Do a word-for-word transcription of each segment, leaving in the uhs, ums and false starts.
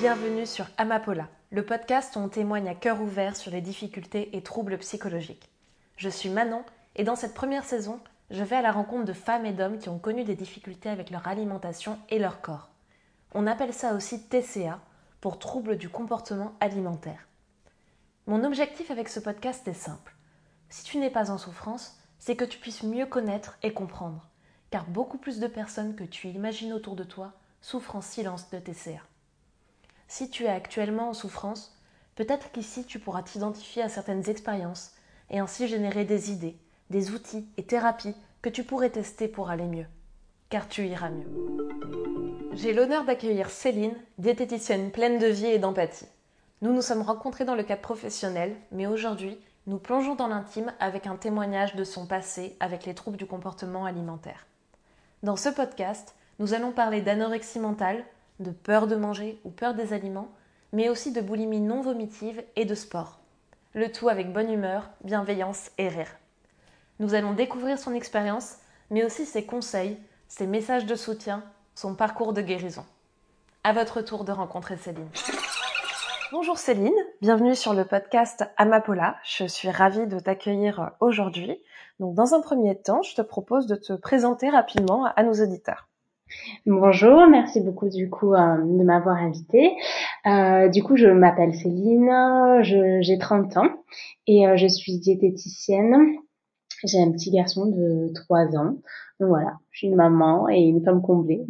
bienvenue sur Amapola, le podcast où on témoigne à cœur ouvert sur les difficultés et troubles psychologiques. Je suis Manon et dans cette première saison, je vais à la rencontre de femmes et d'hommes qui ont connu des difficultés avec leur alimentation et leur corps. On appelle ça aussi T C A, pour troubles du comportement alimentaire. Mon objectif avec ce podcast est simple. Si tu n'es pas en souffrance, c'est que tu puisses mieux connaître et comprendre, car beaucoup plus de personnes que tu imagines autour de toi souffrent en silence de T C A. Si tu es actuellement en souffrance, peut-être qu'ici tu pourras t'identifier à certaines expériences et ainsi générer des idées, des outils et thérapies que tu pourrais tester pour aller mieux. Car tu iras mieux. J'ai l'honneur d'accueillir Céline, diététicienne pleine de vie et d'empathie. Nous nous sommes rencontrés dans le cadre professionnel, mais aujourd'hui, nous plongeons dans l'intime avec un témoignage de son passé avec les troubles du comportement alimentaire. Dans ce podcast, nous allons parler d'anorexie mentale, de peur de manger ou peur des aliments, mais aussi de boulimie non vomitive et de sport. Le tout avec bonne humeur, bienveillance et rire. Nous allons découvrir son expérience, mais aussi ses conseils, ses messages de soutien, son parcours de guérison. À votre tour de rencontrer Céline. Bonjour Céline, bienvenue sur le podcast Amapola. Je suis ravie de t'accueillir aujourd'hui. Donc, dans un premier temps, je te propose de te présenter rapidement à nos auditeurs. Bonjour, merci beaucoup du coup euh, de m'avoir invitée. Euh, du coup, je m'appelle Céline, je, j'ai trente ans et euh, je suis diététicienne. J'ai un petit garçon de trois ans. Donc voilà, je suis une maman et une femme comblée.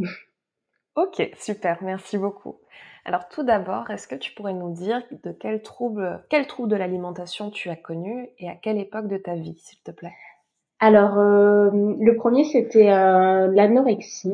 Ok, super, merci beaucoup. Alors tout d'abord, est-ce que tu pourrais nous dire de quel trouble, quel trouble de l'alimentation tu as connu et à quelle époque de ta vie, s'il te plaît? Alors, euh, le premier, c'était euh, l'anorexie.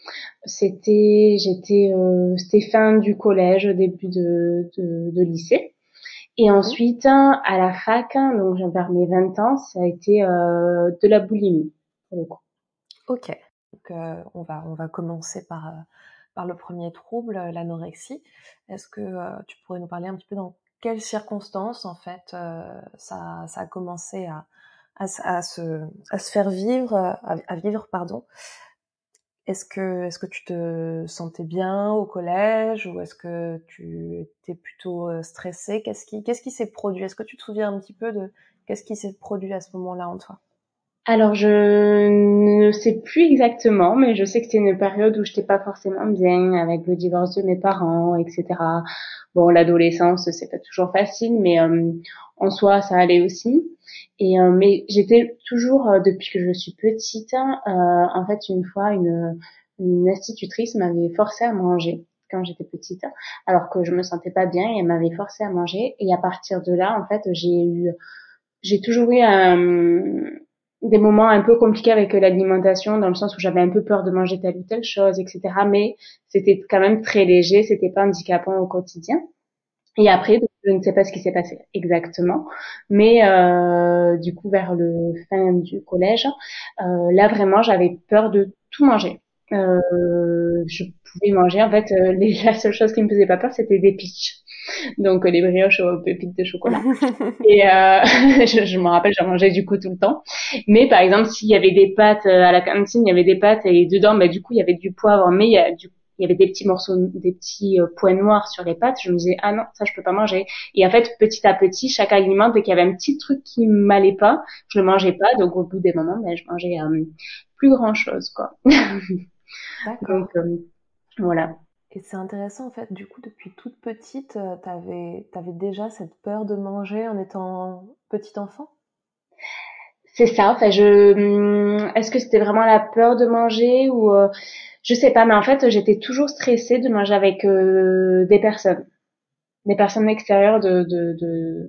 C'était, j'étais, euh, c'était fin du collège, début de, de, de lycée. Et ensuite, à la fac, donc vers mes vingt ans, ça a été euh, de la boulimie, pour le coup. Ok, donc euh, on va on va commencer par euh, par le premier trouble, l'anorexie. Est-ce que euh, tu pourrais nous parler un petit peu dans quelles circonstances en fait euh, ça ça a commencé à à, à se à se faire vivre à, à vivre pardon. Est-ce que est-ce que tu te sentais bien au collège ou est-ce que tu étais plutôt stressée? Qu'est-ce qui qu'est-ce qui s'est produit? Est-ce que tu te souviens un petit peu de qu'est-ce qui s'est produit à ce moment-là en toi? Alors, je ne sais plus exactement, mais je sais que c'était une période où j'étais pas forcément bien avec le divorce de mes parents, et cetera. Bon, l'adolescence, c'est pas toujours facile, mais euh, en soi, ça allait aussi. Et euh, mais j'étais toujours, euh, depuis que je suis petite, euh, en fait, une fois, une, une institutrice m'avait forcée à manger quand j'étais petite, alors que je me sentais pas bien, et elle m'avait forcée à manger. Et à partir de là, en fait, j'ai eu, j'ai toujours eu un des moments un peu compliqués avec l'alimentation, dans le sens où j'avais un peu peur de manger telle ou telle chose, et cetera. Mais c'était quand même très léger, c'était pas handicapant au quotidien. Et après, je ne sais pas ce qui s'est passé exactement, mais euh, du coup, vers le fin du collège, euh, là vraiment, j'avais peur de tout manger. Euh, je pouvais manger, en fait, euh, les, la seule chose qui me faisait pas peur, c'était des peach. Donc, euh, les brioches aux pépites de chocolat. Et euh, je, je me rappelle, j'en mangeais du coup tout le temps. Mais par exemple, s'il y avait des pâtes euh, à la cantine, il y avait des pâtes et dedans, bah, du coup, il y avait du poivre, mais il y, a, du, il y avait des petits morceaux, des petits euh, points noirs sur les pâtes. Je me disais, ah non, ça, je peux pas manger. Et en fait, petit à petit, chaque aliment, dès qu'il y avait un petit truc qui m'allait pas, je le mangeais pas. Donc, au bout des moments, bah, je mangeais euh, plus grand chose, quoi. D'accord. Donc, euh, voilà. Et c'est intéressant en fait, du coup depuis toute petite, euh, t'avais t'avais déjà cette peur de manger en étant petite enfant? C'est ça. Enfin, je, est-ce que c'était vraiment la peur de manger ou euh, je sais pas, mais en fait, j'étais toujours stressée de manger avec euh, des personnes, des personnes extérieures de de de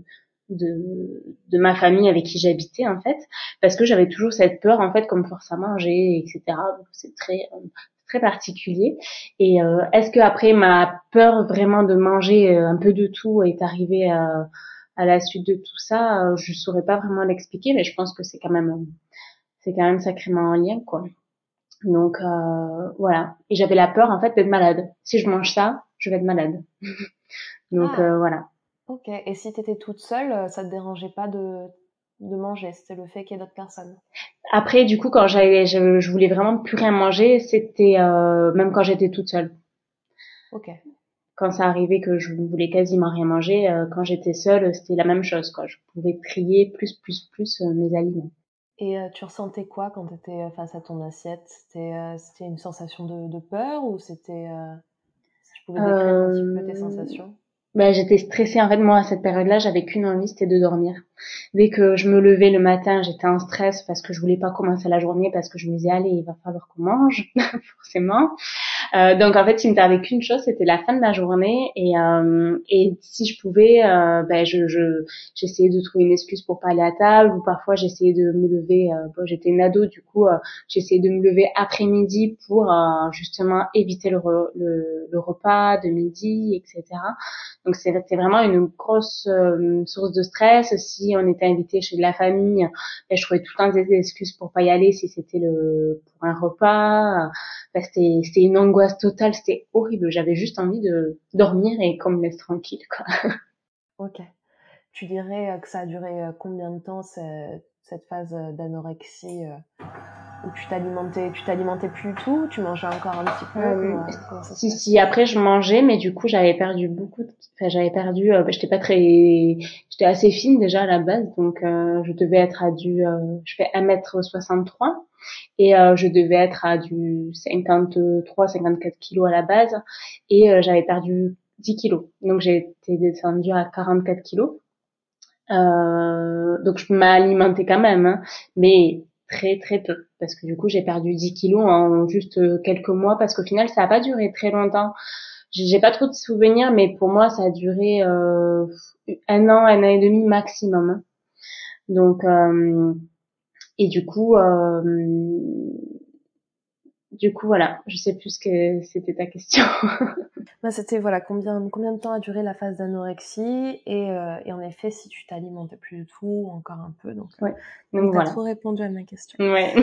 de, de ma famille avec qui j'habitais en fait, parce que j'avais toujours cette peur en fait qu'on me force à manger, et cetera. Donc c'est très euh, très particulier. Et euh, est-ce que après ma peur vraiment de manger euh, un peu de tout est arrivée à à la suite de tout ça, euh, je saurais pas vraiment l'expliquer, mais je pense que c'est quand même c'est quand même sacrément en lien quoi. Donc euh, voilà. Et j'avais la peur en fait d'être malade. Si je mange ça, je vais être malade. Donc Ah, euh, voilà. ok. Et si t'étais toute seule, ça te dérangeait pas de, de manger, c'était le fait qu'il y ait d'autres personnes? Après du coup quand j'allais je, je voulais vraiment plus rien manger, c'était euh, même quand j'étais toute seule. Ok. quand ça arrivait que je voulais quasiment rien manger, euh, quand j'étais seule, c'était la même chose, quoi. Je pouvais trier plus, plus, plus euh, mes aliments. Et euh, tu ressentais quoi quand tu étais face à ton assiette? C'était euh, c'était une sensation de, de peur ou c'était... Euh, si tu pouvais décrire un petit peu tes Euh, sensations? Ben, j'étais stressée. En fait, moi, à cette période-là, j'avais qu'une envie, c'était de dormir. Dès que je me levais le matin, j'étais en stress parce que je voulais pas commencer la journée, parce que je me disais, allez, il va falloir qu'on mange, forcément. Euh, donc en fait, il me tardait qu'une chose, c'était la fin de la journée et euh, et si je pouvais, euh, ben je je j'essayais de trouver une excuse pour pas aller à table ou parfois j'essayais de me lever. Euh, bon, j'étais une ado, du coup, euh, j'essayais de me lever après-midi pour euh, justement éviter le, re, le le repas de midi, et cetera. Donc c'est c'est vraiment une grosse euh, source de stress. Si on était invité chez de la famille, ben, je trouvais tout le temps des excuses pour pas y aller si c'était le pour un repas. Enfin, c'était, c'était une angoisse totale, c'était horrible. J'avais juste envie de dormir et qu'on me laisse tranquille, quoi. Ok. Tu dirais euh, que ça a duré euh, combien de temps cette, cette phase euh, d'anorexie euh, où tu t'alimentais, tu t'alimentais plus du tout, tu mangeais encore un petit peu, Euh, comment, comment ça se si, passait? si, après je mangeais, mais du coup j'avais perdu beaucoup. De... Enfin, j'avais perdu. Euh, bah, j'étais pas très, j'étais assez fine déjà à la base, donc euh, je devais être à du. Euh, je fais un mètre soixante-trois et euh, je devais être à du cinquante-trois, cinquante-quatre kilos à la base, et euh, j'avais perdu dix kilos. Donc j'ai été descendue à quarante-quatre kilos. Euh, donc je m'alimentais quand même, hein, mais très très peu, parce que du coup j'ai perdu dix kilos en juste quelques mois, parce qu'au final ça a pas duré très longtemps. J'ai j'ai pas trop de souvenirs, mais pour moi ça a duré euh, un an, un an et demi maximum, hein. Donc euh, et du coup euh, du coup voilà, je sais plus ce que c'était ta question. Bah, c'était voilà combien combien de temps a duré la phase d'anorexie et, euh, et en effet si tu t'alimentais plus du tout encore un peu donc euh, Ouais, donc donc t'as voilà. tout répondu à ma question. Ouais.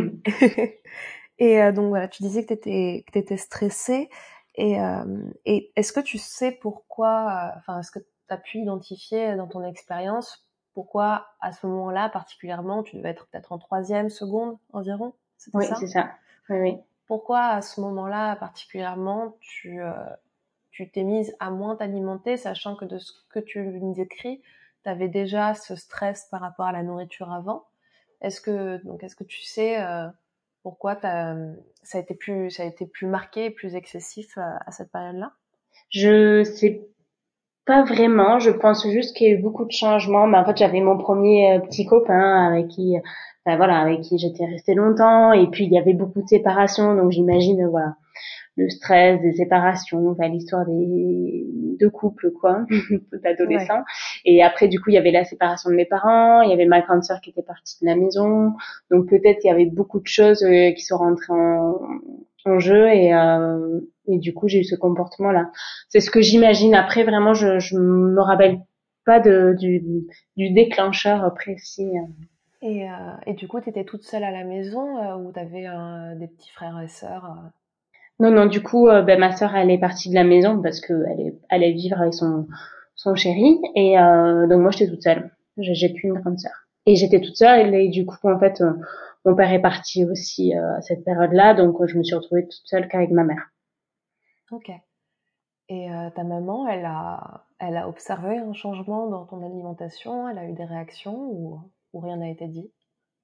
Et euh, donc voilà, tu disais que t'étais que t'étais stressée et euh, et est-ce que tu sais pourquoi, enfin euh, est-ce que t'as pu identifier dans ton expérience pourquoi à ce moment-là particulièrement tu devais être peut-être en troisième seconde environ, c'était Oui, c'est ça? ça. Oui, oui. Pourquoi à ce moment-là particulièrement tu euh, tu t'es mise à moins t'alimenter, sachant que de ce que tu nous décris, tu avais déjà ce stress par rapport à la nourriture avant. Est-ce que donc est-ce que tu sais euh, pourquoi t'as, ça a été plus ça a été plus marqué, plus excessif à, à cette période-là? Je sais pas vraiment, je pense juste qu'il y a eu beaucoup de changements. Mais en fait, j'avais mon premier euh, petit copain avec qui, enfin voilà, avec qui j'étais restée longtemps. Et puis il y avait beaucoup de séparations, donc j'imagine, euh, voilà, le stress des séparations, enfin l'histoire des de couple, quoi, Ouais. d'adolescents. Et après, du coup, il y avait la séparation de mes parents, il y avait ma grande sœur qui était partie de la maison. Donc peut-être il y avait beaucoup de choses euh, qui sont rentrées en, en jeu et euh, et du coup j'ai eu ce comportement là. C'est ce que j'imagine. Après vraiment je je me rappelle pas de du du déclencheur précis. Et, euh, et du coup, tu étais toute seule à la maison euh, ou tu avais euh, des petits frères et sœurs euh Non non, du coup euh, ben ma sœur elle est partie de la maison parce que elle est elle est vivre avec son son chéri et euh, donc moi j'étais toute seule. J'ai j'ai qu'une grande sœur. Et j'étais toute seule et du coup en fait euh, mon père est parti aussi euh, à cette période-là, donc euh, je me suis retrouvée toute seule qu'avec ma mère. Ok. Et euh, ta maman, elle a, elle a observé un changement dans ton alimentation, elle a eu des réactions ou, ou rien n'a été dit?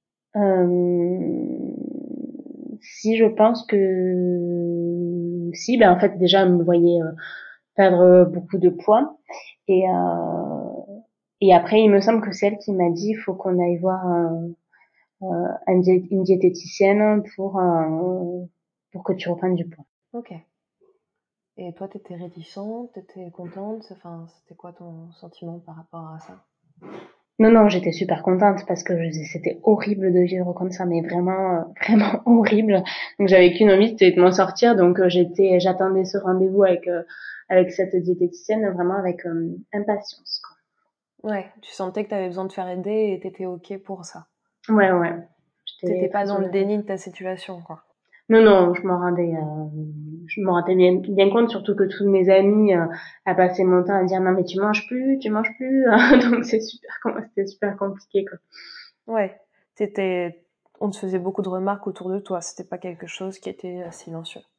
Euh, si je pense que si, ben en fait déjà elle me voyait euh, perdre beaucoup de poids et euh, et après il me semble que c'est elle qui m'a dit il faut qu'on aille voir un, un dié- une diététicienne pour euh, pour que tu reprennes du poids. Ok. Et toi, t'étais réticente, t'étais contente, enfin, c'était quoi ton sentiment par rapport à ça? Non non, j'étais super contente parce que je- c'était horrible de vivre comme ça, mais vraiment euh, vraiment horrible. Donc j'avais qu'une envie, c'était de m'en sortir. Donc euh, j'étais j'attendais ce rendez-vous avec euh, avec cette diététicienne vraiment avec euh, impatience, quoi. Ouais, tu sentais que t'avais besoin de faire aider et t'étais ok pour ça. Ouais, ouais. T'étais J'étais pas très dans le ouverte. déni de ta situation, quoi. Non, non, je m'en rendais, euh, je me rendais bien, bien compte, surtout que tous mes amis euh, à passer mon temps à dire non mais tu manges plus, tu manges plus, donc c'est super, c'était super compliqué, quoi. Ouais, t'étais, on te faisait beaucoup de remarques autour de toi, c'était pas quelque chose qui était euh, silencieux.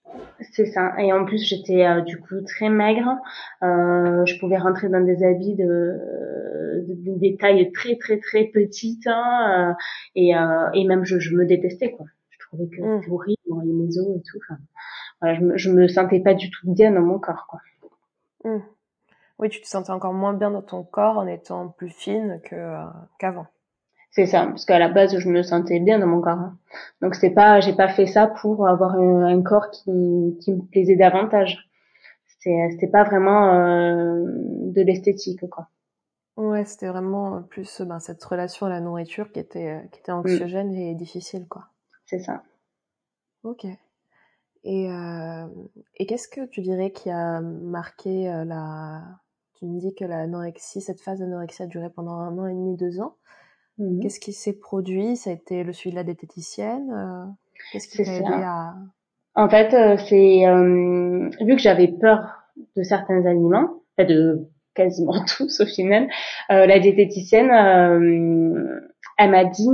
C'est ça. Et en plus, j'étais euh, du coup très maigre. Euh, je pouvais rentrer dans des habits de, de, de- des tailles très très très petites, hein, euh, et, euh, et même je, je me détestais quoi. Je trouvais que Mmh. c'était horrible, on voyait mes os et tout. Enfin, voilà, je, me, je me sentais pas du tout bien dans mon corps quoi. Mmh. Oui, tu te sentais encore moins bien dans ton corps en étant plus fine que euh, qu'avant. C'est ça, parce qu'à la base, je me sentais bien dans mon corps, hein. Donc c'est pas, j'ai pas fait ça pour avoir un, un corps qui, qui me plaisait davantage. C'était, c'était pas vraiment euh, de l'esthétique, quoi. Ouais, c'était vraiment euh, plus euh, ben, cette relation à la nourriture qui était euh, qui était Mm, anxiogène et difficile, quoi. c'est ça. Ok. Et euh, et qu'est-ce que tu dirais qui a marqué euh, la... Tu me dis que l'anorexie, cette phase d'anorexie a duré pendant un an et demi, deux ans. Mhm. Qu'est-ce qui s'est produit? Ça a été le suivi de la diététicienne? euh, Qu'est-ce qui C'est t'a aidé ça. à... En fait, euh, c'est euh, vu que j'avais peur de certains aliments, enfin de quasiment tous au final, euh, la diététicienne, euh, elle m'a dit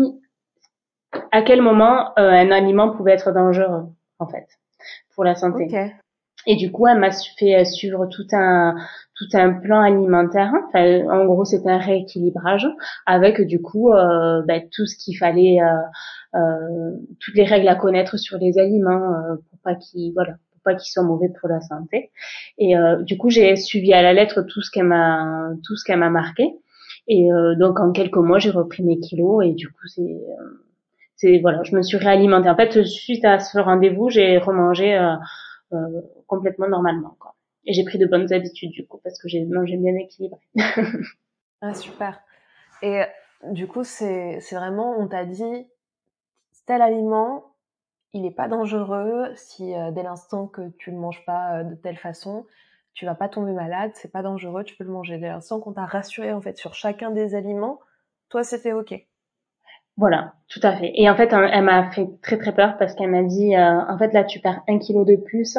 à quel moment euh, un aliment pouvait être dangereux, en fait, pour la Ok. santé. Et du coup, elle m'a fait suivre tout un tout un plan alimentaire. Enfin, en gros, c'était un rééquilibrage avec du coup euh, ben, tout ce qu'il fallait, euh, euh, toutes les règles à connaître sur les aliments euh, pour pas qu'ils voilà pour pas qu'ils soient mauvais pour la santé. Et euh, du coup, j'ai suivi à la lettre tout ce qu'elle m'a tout ce qu'elle m'a marqué. Et euh, donc en quelques mois, j'ai repris mes kilos et du coup, c'est c'est voilà, je me suis réalimentée. En fait, suite à ce rendez-vous, j'ai remangé euh, euh, complètement normalement, quoi. Et j'ai pris de bonnes habitudes du coup parce que j'ai mangé bien équilibré. Ah, super. Et du coup, c'est c'est vraiment, on t'a dit, tel aliment, il est pas dangereux si euh, dès l'instant que tu le manges pas euh, de telle façon, tu vas pas tomber malade, c'est pas dangereux, tu peux le manger. Dès l'instant qu'on t'a rassuré en fait sur chacun des aliments, toi c'était ok. Voilà, tout à fait. Et en fait, elle m'a fait très très peur parce qu'elle m'a dit, euh, en fait là, tu perds un kilo de plus,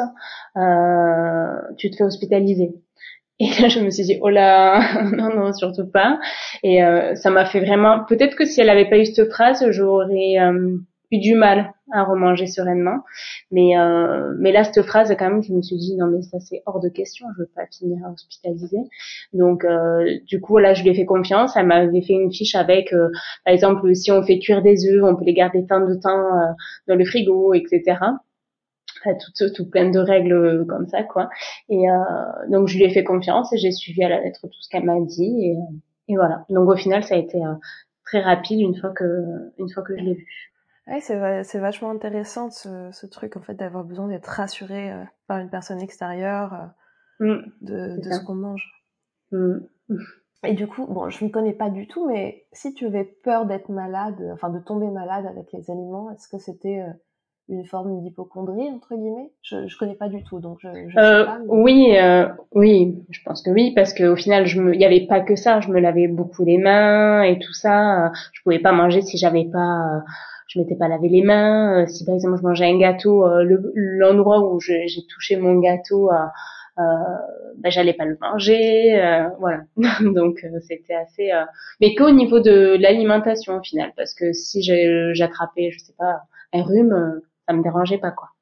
euh, tu te fais hospitaliser. Et là, je me suis dit, oh là, non, non, surtout pas. Et euh, ça m'a fait vraiment... Peut-être que si elle avait pas eu cette phrase, j'aurais euh, eu du mal à remanger sereinement. Mais euh, mais là, cette phrase, quand même, je me suis dit, non, mais ça, c'est hors de question. Je veux pas finir hospitalisée. Donc, euh, du coup, là, je lui ai fait confiance. Elle m'avait fait une fiche avec, euh, par exemple, si on fait cuire des œufs, on peut les garder tant de temps euh, dans le frigo, et cetera. Enfin, tout, tout plein de règles comme ça, quoi. Et euh, donc je lui ai fait confiance et j'ai suivi à la lettre tout ce qu'elle m'a dit et, et voilà. Donc au final, ça a été euh, très rapide une fois que une fois que je l'ai vu. Ouais, c'est c'est vachement intéressant ce, ce truc en fait d'avoir besoin d'être rassuré euh, par une personne extérieure euh, Mm, de c'est de ça. ce qu'on mange. Mm. Et du coup, bon, je ne connais pas du tout, mais si tu avais peur d'être malade, enfin de tomber malade avec les aliments, est-ce que c'était euh, une forme d'hypocondrie entre guillemets? Je je connais pas du tout, donc je je sais Euh, pas. Mais... oui, euh, oui, je pense que oui, parce qu'au final, je me, il y avait pas que ça. Je me lavais beaucoup les mains et tout ça. Euh, Je pouvais pas manger si j'avais pas, euh, je m'étais pas lavé les mains. Euh, Si par exemple je mangeais un gâteau, euh, le- l'endroit où je- j'ai touché mon gâteau, euh, euh, ben, j'allais pas le manger. Euh, voilà. Donc euh, c'était assez, euh, mais qu'au niveau de l'alimentation au final, parce que si j'ai- j'attrapais, je sais pas, un rhume, euh, ça me dérangeait pas quoi.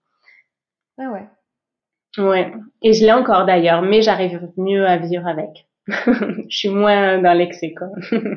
Ah ouais. Ouais, et je l'ai encore d'ailleurs, mais j'arrive mieux à vivre avec. Je suis moins dans l'excès, quoi.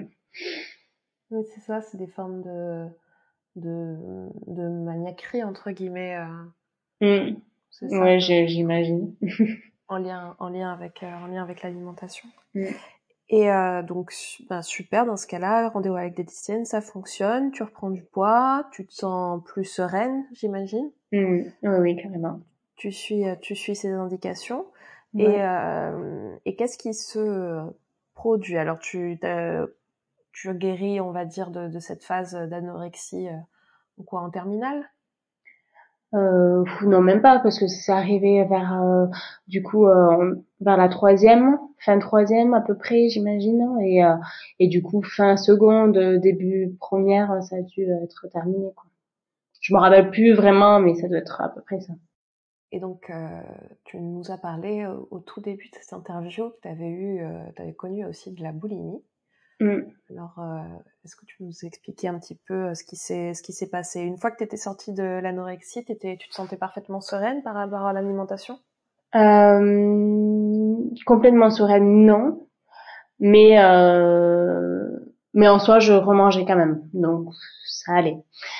Oui, c'est ça, c'est des formes de de de maniaquerie entre guillemets. Euh, Mm. c'est ça, Ouais, de, je- j'imagine. en lien en lien avec euh, en lien avec l'alimentation. Mm. Et euh, donc, su- ben, super, dans ce cas-là, rendez-vous avec des diététiciennes, ça fonctionne, tu reprends du poids, tu te sens plus sereine, j'imagine. Mm. Oui, oui, carrément. Tu suis, euh, tu suis ces indications. Et, Ouais. euh, et qu'est-ce qui se produit? Alors, tu, t'as- tu guéris, on va dire, de, de cette phase d'anorexie, euh, ou quoi, en terminale? Euh, pff, non, même pas, parce que c'est arrivé vers, euh, du coup, euh, vers la troisième, fin troisième à peu près, j'imagine. Et, euh, et du coup, fin seconde, début première, ça a dû être terminé, quoi. Je me rappelle plus vraiment, mais ça doit être à peu près ça. Et donc, euh, tu nous as parlé au, au tout début de cette interview que tu avais eu, euh, tu avais connu aussi de la boulimie. Mm. Alors, euh, est-ce que tu peux nous expliquer un petit peu ce qui s'est, ce qui s'est passé? Une fois que tu étais sortie de l'anorexie, t'étais, tu te sentais parfaitement sereine par rapport à l'alimentation? Euh, complètement sereine, non. Mais euh, mais en soi, je remangeais quand même. Donc, ça allait.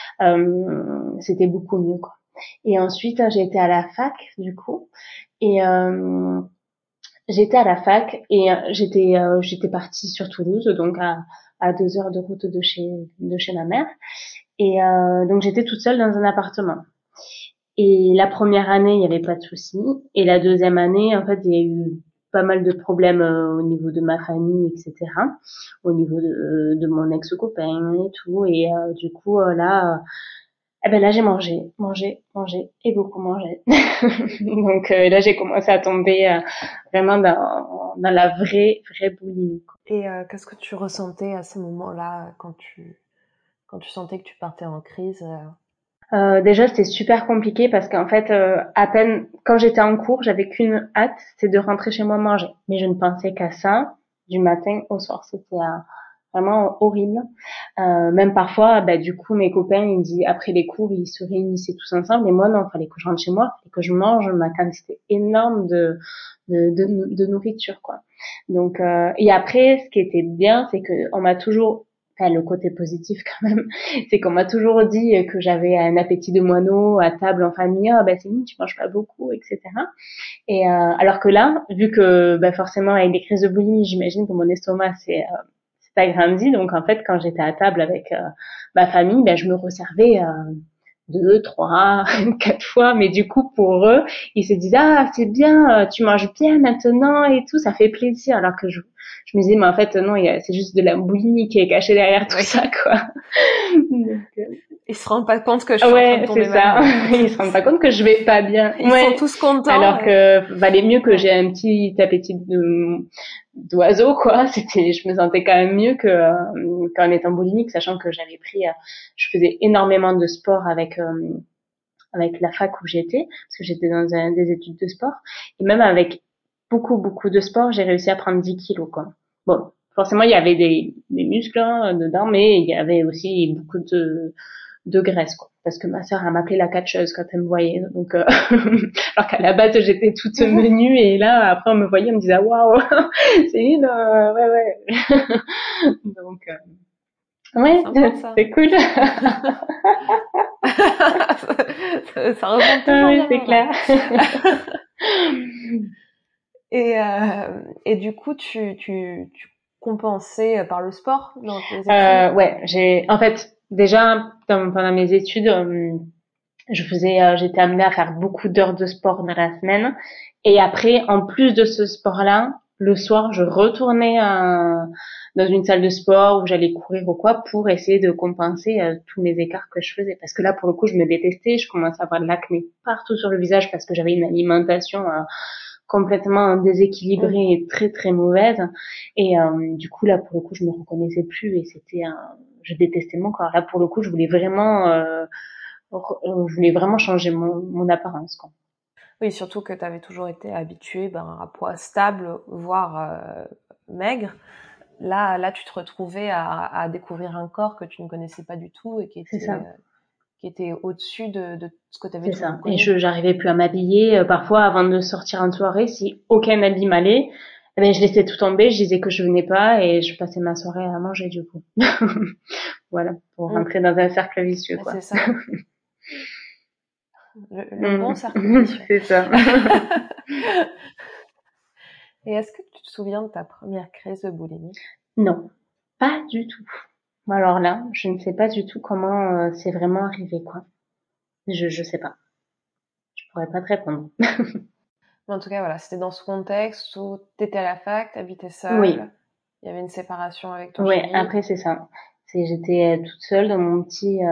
Euh, c'était beaucoup mieux, quoi. Et ensuite, j'ai été à la fac, du coup. Et euh, j'étais à la fac et euh, j'étais euh, j'étais partie sur Toulouse, donc à à deux heures de route de chez de chez ma mère. Et euh, donc j'étais toute seule dans un appartement. Et la première année, il n'y avait pas de souci. Et la deuxième année, en fait, il y a eu pas mal de problèmes euh, au niveau de ma famille, et cetera. Au niveau de, de mon ex-copain et tout. Et euh, du coup, euh, là, euh, eh ben là, j'ai mangé, mangé, mangé et beaucoup mangé. Donc euh, là, j'ai commencé à tomber euh, vraiment dans, dans la vraie, vraie boulimie. Et euh, qu'est-ce que tu ressentais à ces moments-là quand tu, quand tu sentais que tu partais en crise? euh Euh, déjà, c'était super compliqué parce qu'en fait, euh, à peine quand j'étais en cours, j'avais qu'une hâte, c'est de rentrer chez moi manger. Mais je ne pensais qu'à ça du matin au soir. C'était euh, vraiment horrible. Euh, même parfois, bah, du coup, mes copains, ils disent après les cours, ils se réunissaient tous ensemble. Et moi, non, il fallait que je rentre chez moi et que je mange ma quantité énorme de de, de, de nourriture, quoi. Donc, euh, et après, ce qui était bien, c'est que on m'a toujours enfin, le côté positif quand même, c'est qu'on m'a toujours dit que j'avais un appétit de moineau à table en famille. Ah ben Céline, tu manges pas beaucoup, et cetera. Et euh, alors que là, vu que ben, forcément avec des crises de boulimie, j'imagine que mon estomac s'est euh, s'est agrandi. Donc en fait, quand j'étais à table avec euh, ma famille, ben je me resservais euh, deux, trois, quatre fois. Mais du coup, pour eux, ils se disent ah c'est bien, tu manges bien maintenant et tout, ça fait plaisir. Alors que je je me disais mais en fait non, il y a, c'est juste de la boulimie qui est cachée derrière tout oui. ça quoi. Donc, euh... Ils se rendent pas compte que je suis ouais, en train de tomber c'est ça. malade. En fait. Ils se rendent pas compte que je vais pas bien. Ils ouais. sont tous contents. Alors et... que valait mieux que ouais. j'ai un petit appétit de d'oiseau quoi. C'était, je me sentais quand même mieux que euh, qu'en étant boulimique, sachant que j'avais pris, euh, je faisais énormément de sport avec euh, avec la fac où j'étais, parce que j'étais dans un, des études de sport, et même avec beaucoup beaucoup de sport, j'ai réussi à prendre dix kilos quoi. Bon, forcément il y avait des, des muscles hein, dedans, mais il y avait aussi beaucoup de de graisse quoi, parce que ma sœur elle m'appelait la catcheuse quand elle me voyait, donc euh, alors qu'à la base j'étais toute menue et là après on me voyait, on me disait waouh, c'est une euh, ouais ouais, donc euh, ouais c'est, c'est cool. ça, ça remonte toujours oui, bien. C'est clair. et euh, et du coup tu tu tu compensais par le sport dans tes études? Euh, ouais, j'ai en fait déjà pendant mes études, euh, je faisais, euh, j'étais amenée à faire beaucoup d'heures de sport dans la semaine, et après, en plus de ce sport-là, le soir, je retournais à, dans une salle de sport où j'allais courir ou quoi pour essayer de compenser euh, tous mes écarts que je faisais. Parce que là, pour le coup, je me détestais, je commençais à avoir de l'acné partout sur le visage parce que j'avais une alimentation euh, complètement déséquilibrée et très très mauvaise. Et euh, du coup, là, pour le coup, je me reconnaissais plus et c'était, un... je détestais mon corps. Là, pour le coup, je voulais vraiment euh, je voulais vraiment changer mon, mon apparence, quoi. Oui, surtout que tu avais toujours été habituée ben, à poids stable, voire euh, maigre. Là, là, tu te retrouvais à, à découvrir un corps que tu ne connaissais pas du tout et qui était, euh, qui était au-dessus de, de ce que tu avais toujours connu. Et je j'arrivais plus à m'habiller. Parfois, avant de sortir en soirée, si aucun habit m'allait, eh ben, je laissais tout tomber, je disais que je venais pas et je passais ma soirée à manger du coup. Voilà, pour mmh. rentrer dans un cercle vicieux, quoi. C'est ça. Le, le mmh. bon cercle vicieux. C'est ça. Et est-ce que tu te souviens de ta première crise de boulimie? Non, pas du tout. Alors là, je ne sais pas du tout comment euh, c'est vraiment arrivé, quoi. Je je sais pas. Je pourrais pas te répondre. Mais en tout cas, voilà, c'était dans ce contexte où t'étais à la fac, t'habitais seule. Oui. Il y avait une séparation avec ton ouais, chéri. Après c'est ça. C'est j'étais toute seule dans mon petit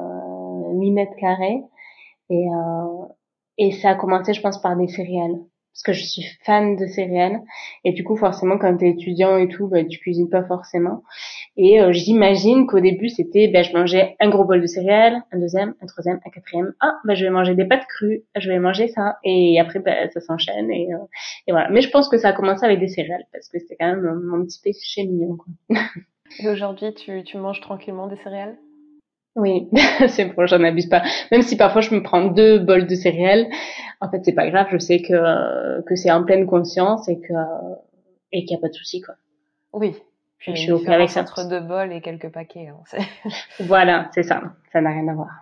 euh, huit mètres carrés et euh, et ça a commencé, je pense, par des céréales. parce que je suis fan de céréales. Et du coup, forcément, quand t'es étudiant et tout, bah, tu cuisines pas forcément. Et euh, j'imagine qu'au début, c'était, ben, je mangeais un gros bol de céréales, un deuxième, un troisième, un quatrième. Ah, ben, je vais manger des pâtes crues, je vais manger ça. Et après, ben, ça s'enchaîne et, euh, et voilà. Mais je pense que ça a commencé avec des céréales parce que c'était quand même mon, mon petit péché mignon, quoi. Et aujourd'hui, tu, tu manges tranquillement des céréales? Oui, c'est bon, j'en abuse pas. Même si parfois je me prends deux bols de céréales, en fait, c'est pas grave. Je sais que que c'est en pleine conscience et que et qu'il y a pas de souci, quoi. Oui. Puis Et il y je a une suis ok avec différence ça. entre deux bols et quelques paquets. Hein. C'est... Voilà, c'est ça. Ça n'a rien à voir.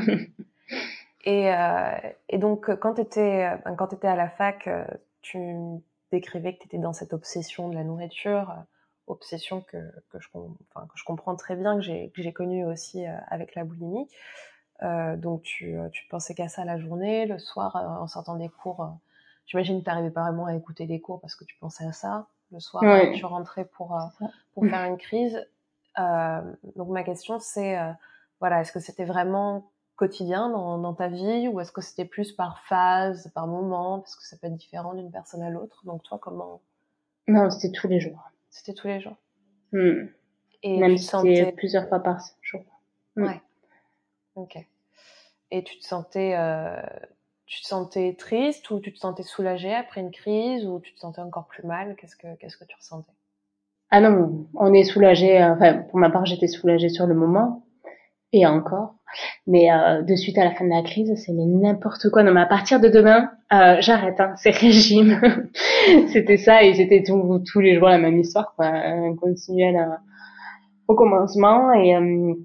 Et, euh, et donc, quand tu étais quand t'étais à la fac, tu décrivais que tu étais dans cette obsession de la nourriture, obsession que, que, je, enfin, que je comprends très bien, que j'ai, que j'ai connue aussi avec la boulimie. Euh, donc, tu, tu pensais qu'à ça la journée, le soir, en sortant des cours, j'imagine que tu n'arrivais pas vraiment à écouter les cours parce que tu pensais à ça. Le soir, Ouais. tu rentrais pour, pour faire une crise. Euh, donc, ma question, c'est, euh, voilà, est-ce que c'était vraiment quotidien dans, dans ta vie ou est-ce que c'était plus par phase, par moment, parce que ça peut être différent d'une personne à l'autre. Donc toi, comment? Non, c'était tous les jours. C'était tous les jours. Hmm. Et Même tu te si c'était sentais... plusieurs fois par jour. Hmm. Ouais. Ok. Et tu te sentais, euh, tu te sentais triste ou tu te sentais soulagée après une crise ou tu te sentais encore plus mal? Qu'est-ce que, qu'est-ce que tu ressentais? Ah non, on est soulagé. Enfin, pour ma part, j'étais soulagée sur le moment. Et encore. Mais euh, de suite à la fin de la crise, c'est mais n'importe quoi. Non, mais à partir de demain, euh, j'arrête. Hein, c'est régime. C'était ça et c'était tout, tous les jours la même histoire, quoi. Un continuel euh, au commencement et euh,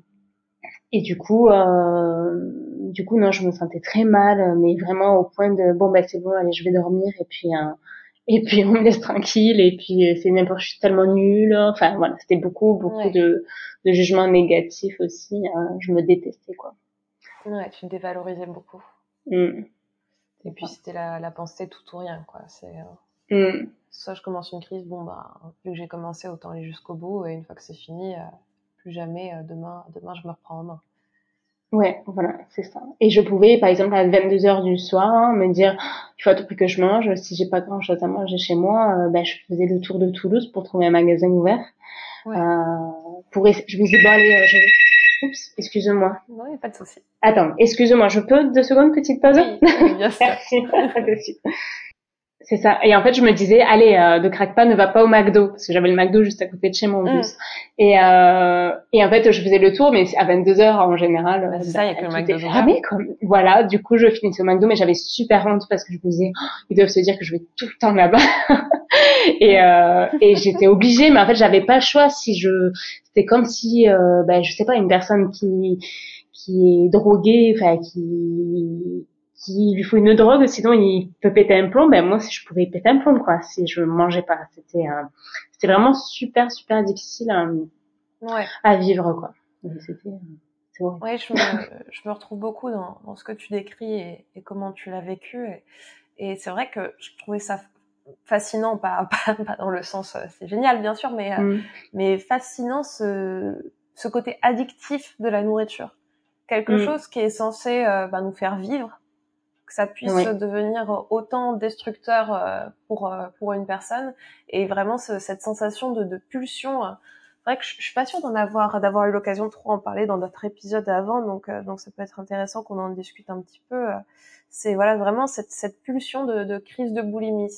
et du coup, euh, du coup non, je me sentais très mal, mais vraiment au point de bon bah c'est bon, allez, je vais dormir et puis euh, et puis on me laisse tranquille et puis c'est n'importe, je suis tellement nulle. Enfin voilà, c'était beaucoup beaucoup Ouais. de de jugements négatifs aussi. Hein, je me détestais, quoi. Ouais, tu te dévalorisais beaucoup. Mm. Et puis c'était la, la pensée tout ou rien, quoi. C'est euh, mm. soit je commence une crise, bon bah vu que j'ai commencé, autant aller jusqu'au bout et une fois que c'est fini, euh, plus jamais euh, demain demain je me reprends en main. Ouais, voilà, c'est ça. Et je pouvais, par exemple, à vingt-deux heures du soir, me dire, il faut à tout prix que je mange. Si j'ai pas grand chose à manger chez moi, euh, ben, je faisais le tour de Toulouse pour trouver un magasin ouvert. Ouais. Euh, pour essa- je me disais, bon, allez, euh, je vais... Oups, excuse-moi. Non, il n'y a pas de souci. Attends, excuse-moi, je peux deux secondes, petite pause? Oui, oui, bien sûr. Merci, à de suite. C'est ça. Et en fait, je me disais, allez, euh, ne craque pas, ne va pas au McDo, parce que j'avais le McDo juste à côté de chez moi en Mm. plus. Et, euh, et en fait, je faisais le tour, mais à vingt-deux heures en général, Bah, euh, c'est bah, ça, il n'y a que le tout McDo est d'ouvert. fermé, quoi. Voilà. Du coup, je finissais au McDo, mais j'avais super honte parce que je me disais, oh, ils doivent se dire que je vais tout le temps là-bas. et, euh, et j'étais obligée, mais en fait, j'avais pas le choix. Si je, c'était comme si, euh, bah, je sais pas, une personne qui qui est droguée, enfin qui qui lui faut une drogue, sinon il peut péter un plomb. Ben moi, si je pouvais péter un plomb, quoi, si je mangeais pas, c'était euh, c'était vraiment super super difficile à, Ouais. à vivre, quoi. Et c'était c'est horrible. Ouais, je me, je me retrouve beaucoup dans, dans ce que tu décris et, et comment tu l'as vécu. Et, et c'est vrai que je trouvais ça fascinant, pas, pas, pas dans le sens, c'est génial, bien sûr, mais, Mm. mais fascinant ce, ce côté addictif de la nourriture. Quelque Mm. chose qui est censé euh, bah, nous faire vivre, que ça puisse Oui. devenir autant destructeur euh, pour, euh, pour une personne, et vraiment ce, cette sensation de, de pulsion. Euh, c'est vrai que je, je suis pas sûre d'en avoir, d'avoir eu l'occasion de trop en parler dans d'autres épisodes avant, donc, euh, donc ça peut être intéressant qu'on en discute un petit peu. C'est voilà vraiment cette, cette pulsion de, de crise de boulimie.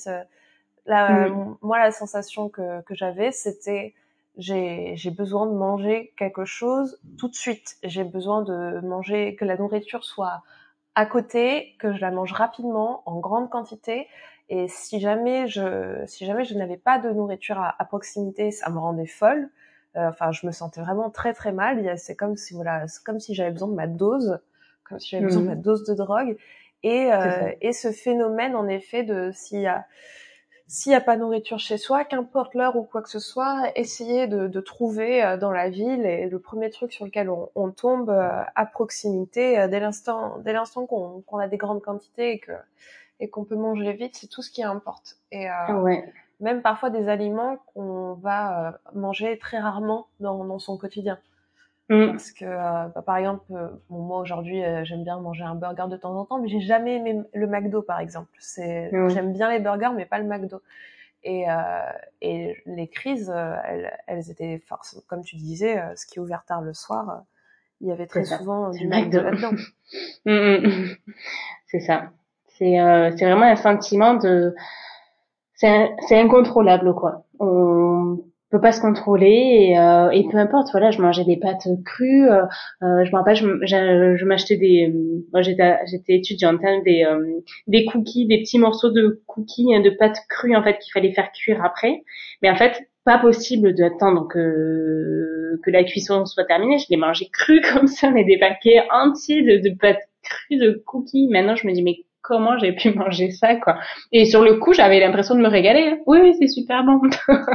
Là, Mm. moi, la sensation que, que j'avais, c'était j'ai, j'ai besoin de manger quelque chose tout de suite. J'ai besoin de manger, que la nourriture soit à côté, que je la mange rapidement, en grande quantité. Et si jamais je, si jamais je n'avais pas de nourriture à, à proximité, ça me rendait folle. Euh, enfin, je me sentais vraiment très très mal. C'est comme si voilà, c'est comme si j'avais besoin de ma dose, comme si j'avais besoin de ma Mm. dose de drogue. Et C'est ça. euh, et ce phénomène, en effet, de s'il y a s'il y a pas de nourriture chez soi, qu'importe l'heure ou quoi que ce soit, essayer de, de trouver euh, dans la ville, et le premier truc sur lequel on, on tombe euh, à proximité euh, dès l'instant dès l'instant qu'on, qu'on a des grandes quantités et que et qu'on peut manger vite, c'est tout ce qui importe. Et euh, Ouais. même parfois des aliments qu'on va euh, manger très rarement dans, dans son quotidien. Mm. Parce que, euh, bah, par exemple, euh, bon, moi aujourd'hui, euh, j'aime bien manger un burger de temps en temps, mais j'ai jamais aimé le McDo, par exemple. C'est, Oui, j'aime bien les burgers, mais pas le McDo. Et, euh, et les crises, euh, elles, elles étaient, enfin, comme tu disais, euh, ce qui est ouvert tard le soir, euh, il y avait c'est très ça. souvent C'est du le McDo McDo. là-dedans. Mm, mm. C'est ça. C'est euh, c'est vraiment un sentiment de c'est c'est incontrôlable quoi. On peut pas se contrôler et, euh, et peu importe. Voilà, je mangeais des pâtes crues. Euh, euh, je me rappelle, je, je, je m'achetais des. Moi, j'étais j'étais étudiante, hein, des euh, des cookies, des petits morceaux de cookies, hein, de pâtes crues en fait qu'il fallait faire cuire après. Mais en fait, pas possible d'attendre que que la cuisson soit terminée. Je les mangeais crues comme ça, mais des paquets entiers de, de pâtes crues de cookies. Maintenant, je me dis mais comment j'ai pu manger ça quoi. Et sur le coup, j'avais l'impression de me régaler. Hein. Oui, oui, c'est super bon.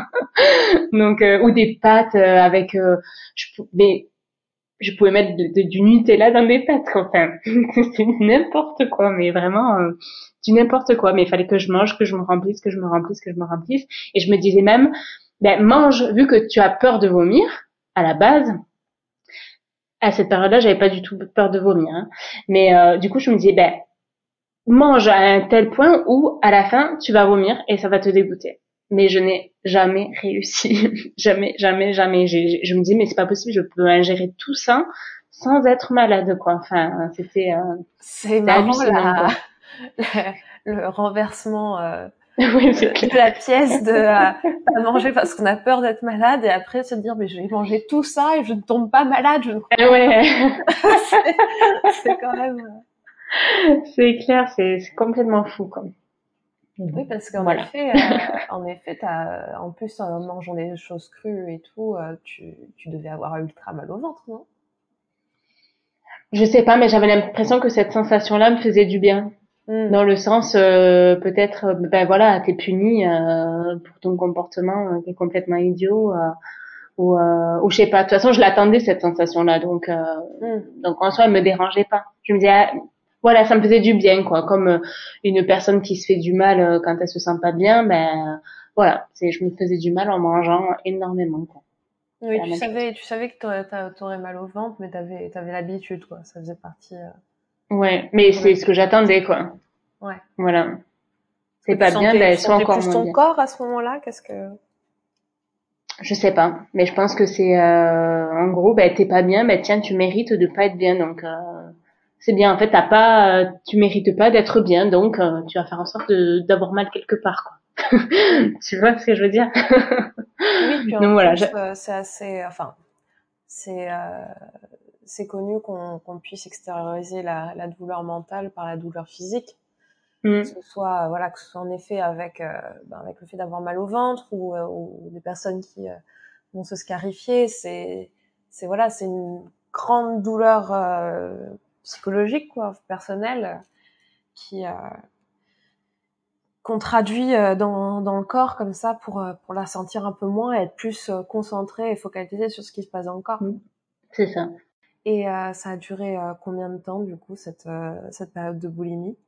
Donc, euh, ou des pâtes euh, avec, euh, je, mais je pouvais mettre de, de, du Nutella dans des pâtes. Quoi. Enfin, c'est n'importe quoi, mais vraiment euh, du n'importe quoi. Mais il fallait que je mange, que je me remplisse, que je me remplisse, que je me remplisse. Et je me disais même, ben mange, vu que tu as peur de vomir à la base. À cette période-là, j'avais pas du tout peur de vomir, hein. Mais euh, du coup, je me disais, ben mange à un tel point où à la fin tu vas vomir et ça va te dégoûter. Mais je n'ai jamais réussi, jamais, jamais, jamais. J'ai, j'ai- je me dis mais c'est pas possible, je peux ingérer tout ça sans être malade quoi. Enfin c'était euh, C'est c'était marrant hallucinant la, quoi. la- le renversement euh, Oui c'est de, de clair. la pièce de euh, pas manger parce qu'on a peur d'être malade et après se dire mais je vais manger tout ça et je ne tombe pas malade, je ne Ah comprends pas. ouais, c'est, c'est quand même euh, c'est clair, c'est, c'est complètement fou quoi. oui parce qu'en Voilà. effet euh, en effet t'as en plus en mangeant des choses crues et tout euh, tu tu devais avoir ultra mal au ventre, non? Je sais pas, mais j'avais l'impression que cette sensation-là me faisait du bien. Mm. Dans le sens, euh, peut-être, euh, ben voilà, t'es puni euh, pour ton comportement euh, qui est complètement idiot, euh, ou, euh, ou je sais pas. De toute façon, je l'attendais cette sensation-là, donc euh, Mm. donc en soi, elle me dérangeait pas. Je me disais, ah, voilà, ça me faisait du bien, quoi. Comme euh, une personne qui se fait du mal euh, quand elle se sent pas bien, ben voilà, c'est, je me faisais du mal en mangeant énormément, quoi. C'est Oui, la tu même chose. savais, tu savais que t'aurais, t'a- t'aurais mal au ventre, mais t'avais, t'avais l'habitude, quoi. Ça faisait partie euh, Ouais, de mais ton c'est ce que habitude. j'attendais, quoi. Ouais. Voilà. Est-ce C'est que tu pas bien, sentais, ben tu soit sentais encore plus moins ton bien. corps à ce moment-là? Qu'est-ce que... Je sais pas, mais je pense que c'est euh, en gros, ben t'es pas bien, ben tiens, tu mérites de pas être bien, donc euh, c'est bien. En fait, t'as pas, euh, tu mérites pas d'être bien, donc euh, tu vas faire en sorte de d'avoir mal quelque part, quoi. Mm. Tu vois ce que je veux dire? Oui, puis en Donc voilà. Je... plus, euh, c'est assez, enfin, c'est, euh, c'est connu qu'on, qu'on puisse extérioriser la, la douleur mentale par la douleur physique. Que Mm, ce soit, euh, voilà, que ce soit en effet avec, euh, ben, avec le fait d'avoir mal au ventre ou, euh, ou des personnes qui euh, vont se scarifier, c'est, c'est voilà, c'est une grande douleur euh, psychologique, quoi, personnelle, qui euh, qu'on traduit euh, dans, dans le corps comme ça pour euh, pour la sentir un peu moins et être plus euh, concentré et focalisé sur ce qui se passe dans le corps. mm, c'est ça. Et euh, ça a duré euh, combien de temps du coup cette euh, cette période de boulimie?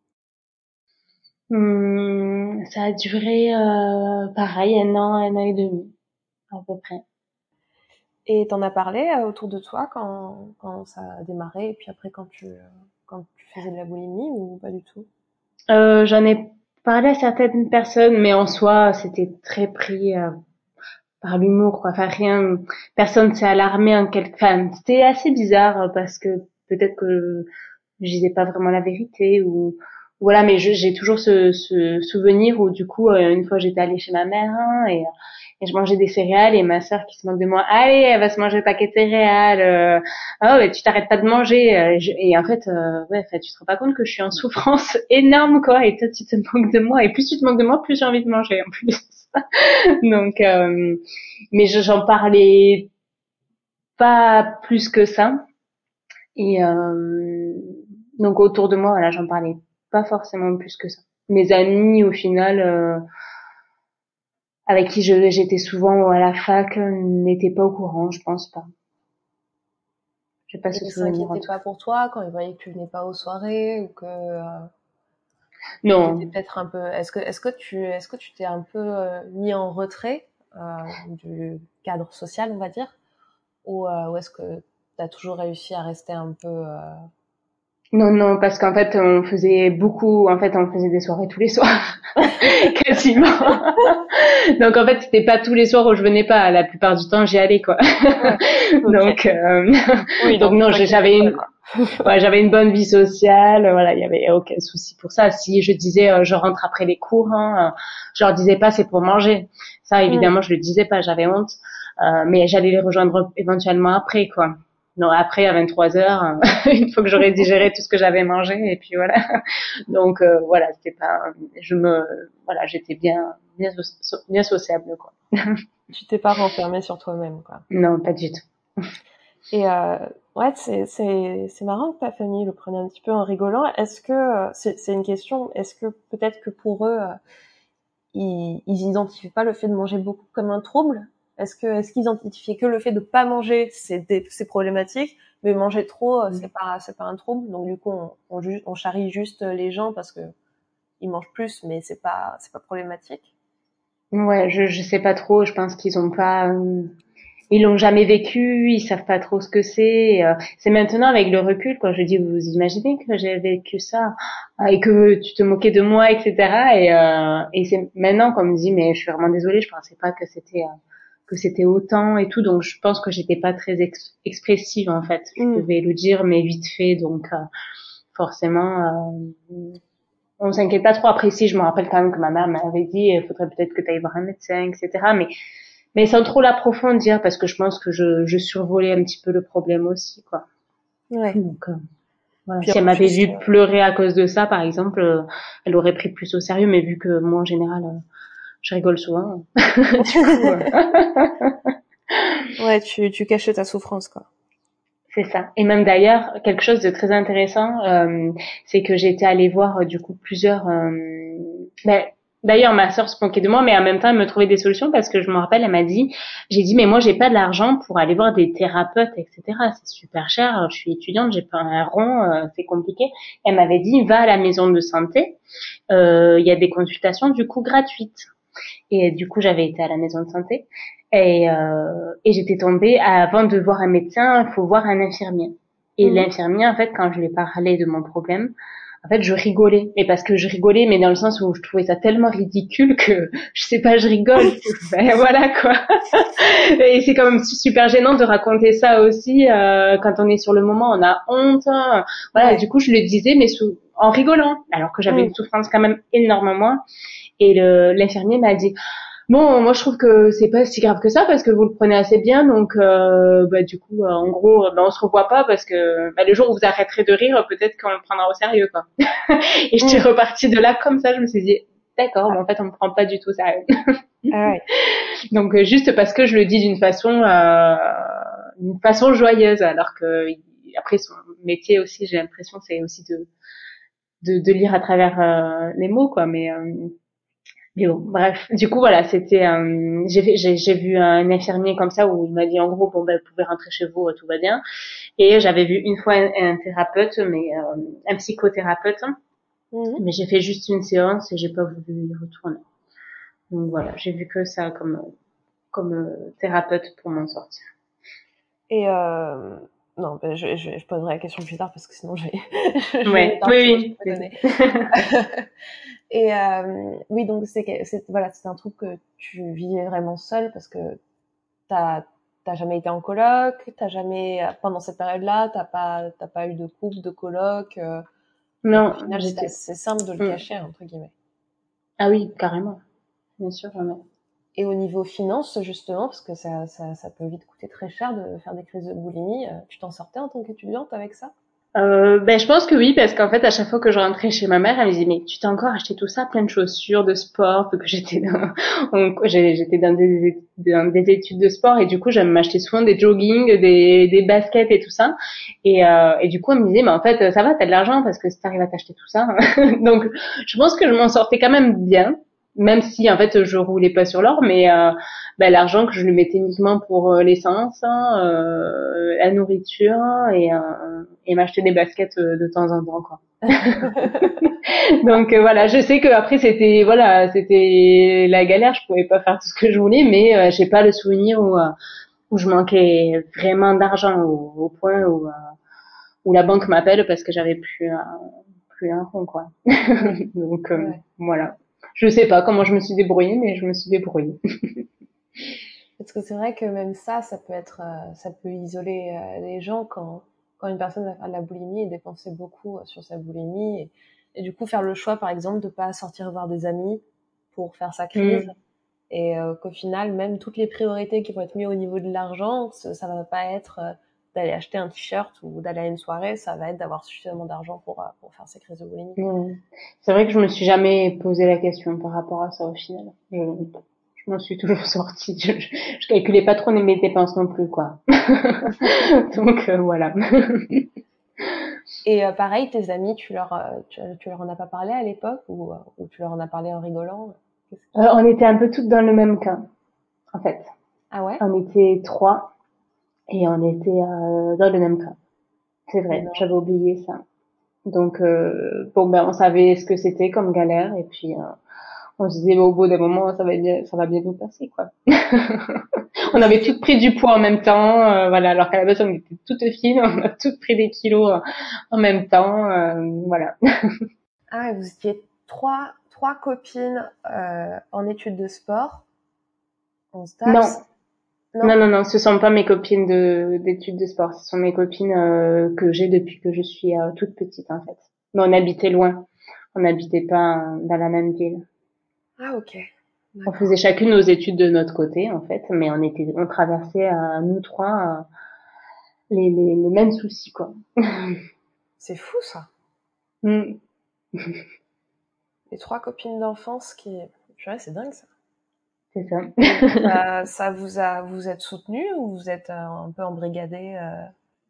Hum, ça a duré euh, pareil un an, un an et demi à peu près. Et t'en as parlé euh, autour de toi quand quand ça a démarré et puis après quand tu euh, quand tu faisais de la boulimie ou pas du tout? Euh, j'en ai parlé à certaines personnes, mais en soi, c'était très pris euh, par l'humour, quoi. Enfin, rien, personne s'est alarmé en quelque, enfin, c'était assez bizarre euh, parce que peut-être que je disais pas vraiment la vérité ou voilà, mais je- j'ai toujours ce, ce souvenir où du coup, euh, une fois j'étais allée chez ma mère hein, et, et je mangeais des céréales et ma sœur qui se moque de moi, allez, elle va se manger le paquet de céréales, euh, oh, mais tu t'arrêtes pas de manger euh, je- et en fait, euh, ouais, enfin, tu te rends pas compte que je suis en souffrance énorme quoi et toi tu te moques de moi et plus tu te moques de moi, plus j'ai envie de manger en plus. Donc, euh, mais je- j'en parlais pas plus que ça. Et euh, donc autour de moi, voilà, j'en parlais pas forcément plus que ça. Mes amis, au final, euh, avec qui je j'étais souvent à la fac, euh, n'étaient pas au courant, je pense pas. J'ai pas Et ce ils souvenir en s'inquiétaient tout pas cas. pour toi quand ils voyaient que tu venais pas aux soirées ou que euh, t'étais Non, peut-être un peu. Est-ce que est-ce que tu est-ce que tu t'es un peu euh, mis en retrait euh, du cadre social, on va dire? ou, euh, ou est-ce que t'as toujours réussi à rester un peu euh... Non, non, parce qu'en fait, on faisait beaucoup, en fait, on faisait des soirées tous les soirs, quasiment. Donc, en fait, c'était pas tous les soirs où je venais pas. La plupart du temps, j'y allais, quoi. Ouais. Okay. Donc, euh... oui, donc, donc non, j'avais une, ouais, j'avais une bonne vie sociale. Voilà, il y avait aucun souci pour ça. Si je disais, euh, je rentre après les cours, hein, euh, je leur disais pas, c'est pour manger. Ça, évidemment, mm. je le disais pas, j'avais honte. Euh, mais j'allais les rejoindre éventuellement après, quoi. Non, après à vingt-trois heures, une fois que j'aurais digéré tout ce que j'avais mangé, et puis voilà. Donc euh, voilà, c'était pas, je me, voilà, j'étais bien, bien, so, bien sociable, quoi. Tu t'es pas renfermée sur toi-même, quoi. Non, pas du tout. Et euh, ouais, c'est c'est c'est marrant que ta famille le prenait un petit peu en rigolant. Est-ce que c'est c'est une question, est-ce que peut-être que pour eux, ils ils identifient pas le fait de manger beaucoup comme un trouble? Est-ce que est-ce qu'ils identifiaient que le fait de pas manger, c'est c'est problématique, mais manger trop, c'est pas c'est pas un trouble. Donc du coup, on on, on charrie juste les gens parce que ils mangent plus, mais c'est pas c'est pas problématique. Ouais, je je sais pas trop. Je pense qu'ils ont pas, euh, ils l'ont jamais vécu, ils savent pas trop ce que c'est. Euh, c'est maintenant avec le recul quand je dis, vous imaginez que j'ai vécu ça et que tu te moquais de moi, et cetera. Et euh, et c'est maintenant qu'on me dit, mais je suis vraiment désolée, je pensais pas que c'était euh, que c'était autant et tout, donc je pense que j'étais pas très ex- expressive en fait. Je mm. devais le dire, mais vite fait, donc euh, forcément, euh, on s'inquiète pas trop. Après, si je me rappelle quand même que ma mère m'avait dit, il faudrait peut-être que tu ailles voir un médecin, et cetera. Mais mais sans trop l'approfondir, parce que je pense que je, je survolais un petit peu le problème aussi, quoi. Ouais. Donc, euh, voilà. Si elle m'avait vu pleurer à cause de ça, par exemple, euh, elle aurait pris plus au sérieux, mais vu que moi, en général, euh, je rigole souvent. Du coup, euh... ouais, tu, tu cachais ta souffrance, quoi. C'est ça. Et même d'ailleurs, quelque chose de très intéressant, euh, c'est que j'étais allée voir euh, du coup plusieurs... Euh, ben, d'ailleurs, ma sœur se moquait de moi, mais en même temps, elle me trouvait des solutions parce que je me rappelle, elle m'a dit, j'ai dit, mais moi, j'ai pas de l'argent pour aller voir des thérapeutes, et cetera. C'est super cher. Je suis étudiante, j'ai pas un rond, euh, c'est compliqué. Elle m'avait dit, va à la maison de santé. Il euh, y a des consultations du coup gratuites. Et du coup, j'avais été à la maison de santé et, euh, et j'étais tombée, avant de voir un médecin, il faut voir un infirmier. Et mmh. l'infirmier, en fait, quand je lui ai parlé de mon problème, en fait, je rigolais. Mais parce que je rigolais, mais dans le sens où je trouvais ça tellement ridicule que, je sais pas, je rigole. Ben voilà, quoi. Et c'est quand même super gênant de raconter ça aussi, euh, quand on est sur le moment, on a honte. Voilà, ouais. Du coup, je le disais, mais sous, en rigolant. Alors que j'avais mmh. une souffrance quand même énormément. Et le, l'infirmier m'a dit, bon, moi je trouve que c'est pas si grave que ça parce que vous le prenez assez bien, donc euh, bah du coup, euh, en gros, bah, on se revoit pas parce que bah, le jour où vous arrêterez de rire, peut-être qu'on le prendra au sérieux, quoi. Et je suis mmh. repartie de là comme ça, je me suis dit, d'accord, mais en fait on me prend pas du tout au sérieux. Ah ouais. Donc euh, juste parce que je le dis d'une façon, euh, d'une façon joyeuse, alors que après son métier aussi, j'ai l'impression, c'est aussi de de, de lire à travers euh, les mots, quoi, mais euh, Mais bon, bref. Du coup, voilà, c'était, euh, j'ai, j'ai, j'ai vu un infirmier comme ça où il m'a dit en gros, bon ben, vous pouvez rentrer chez vous, tout va bien. Et j'avais vu une fois un, un thérapeute, mais euh, un psychothérapeute. Mmh. Mais j'ai fait juste une séance et j'ai pas voulu y retourner. Donc voilà, j'ai vu que ça comme comme euh, thérapeute pour m'en sortir. Et euh, non, ben, je, je, je poserai la question plus tard parce que sinon je vais. je ouais. vais oui, oui. Et euh, oui, donc c'est, c'est voilà, c'est un truc que tu vivais vraiment seule parce que t'as t'as jamais été en coloc, t'as jamais pendant cette période-là, t'as pas t'as pas eu de couple, de coloc. Euh, non. Au final, c'est assez simple de le cacher mmh. entre guillemets. Ah oui, carrément, bien sûr, vraiment. Et au niveau finance, justement, parce que ça ça ça peut vite coûter très cher de faire des crises de boulimie, tu t'en sortais en tant qu'étudiante avec ça? Euh, ben je pense que oui, parce qu'en fait à chaque fois que je rentrais chez ma mère, elle me disait mais tu t'es encore acheté tout ça, plein de chaussures de sport, que j'étais dans j'étais dans des, dans des études de sport et du coup j'aime m'acheter souvent des jogging, des des baskets et tout ça et euh, et du coup elle me disait mais en fait ça va, t'as de l'argent parce que si t'arrives à t'acheter tout ça donc je pense que je m'en sortais quand même bien. Même si en fait je roulais pas sur l'or, mais euh, ben, l'argent que je lui mettais uniquement pour euh, l'essence, euh, la nourriture et, euh, et m'acheter des baskets euh, de temps en temps, quoi. Donc euh, voilà, je sais que après c'était voilà, c'était la galère, je pouvais pas faire tout ce que je voulais, mais euh, j'ai pas le souvenir où euh, où je manquais vraiment d'argent au, au point où, euh, où la banque m'appelle parce que j'avais plus un, plus un rond, quoi. Oui. Donc, euh, Ouais. voilà. Je sais pas comment je me suis débrouillée, mais je me suis débrouillée. Parce que c'est vrai que même ça, ça peut être, euh, ça peut isoler euh, les gens quand, quand une personne va faire de la boulimie et dépenser beaucoup euh, sur sa boulimie et, et du coup faire le choix, par exemple, de pas sortir voir des amis pour faire sa crise Mm. et euh, qu'au final, même toutes les priorités qui vont être mises au niveau de l'argent, ça, ça va pas être euh, d'aller acheter un t-shirt ou d'aller à une soirée, ça va être d'avoir suffisamment d'argent pour, euh, pour faire ses crises de boulimie. Mm. C'est vrai que je me suis jamais posé la question par rapport à ça au final. Je, je m'en suis toujours sortie. Je, je, je calculais pas trop mes dépenses non plus, quoi. Donc, euh, voilà. Et euh, pareil, tes amis, tu leur, euh, tu, tu leur en as pas parlé à l'époque ou, euh, ou tu leur en as parlé en rigolant? Euh, on était un peu toutes dans le même cas, en fait. Ah ouais? On était trois et on était euh, dans le même cas. C'est vrai, Non. j'avais oublié ça. Donc, euh, bon, ben, on savait ce que c'était comme galère et puis euh, on se disait, bon, au bout d'un moment, ça va bien, ça va bien nous passer, quoi. On Vous avait étiez... toutes pris du poids en même temps, euh, voilà, alors qu'à la base, on était toutes fines, on a toutes pris des kilos euh, en même temps, euh, voilà. Ah, vous étiez trois, trois copines euh, en études de sport, en Non, STAPS. Non? non, non, non, ce sont pas mes copines de d'études de sport, ce sont mes copines euh, que j'ai depuis que je suis euh, toute petite, en fait. Mais on habitait loin, on n'habitait pas euh, dans la même ville. Ah ok, On faisait d'accord. chacune nos études de notre côté, en fait, mais on était, on traversait euh, nous trois euh, les, les, le même souci, quoi. C'est fou ça. Mm, Les trois copines d'enfance qui... Purée, c'est dingue ça. c'est ça. Et ça, ça vous a, vous êtes soutenus ou vous êtes euh, un peu embrigadés euh...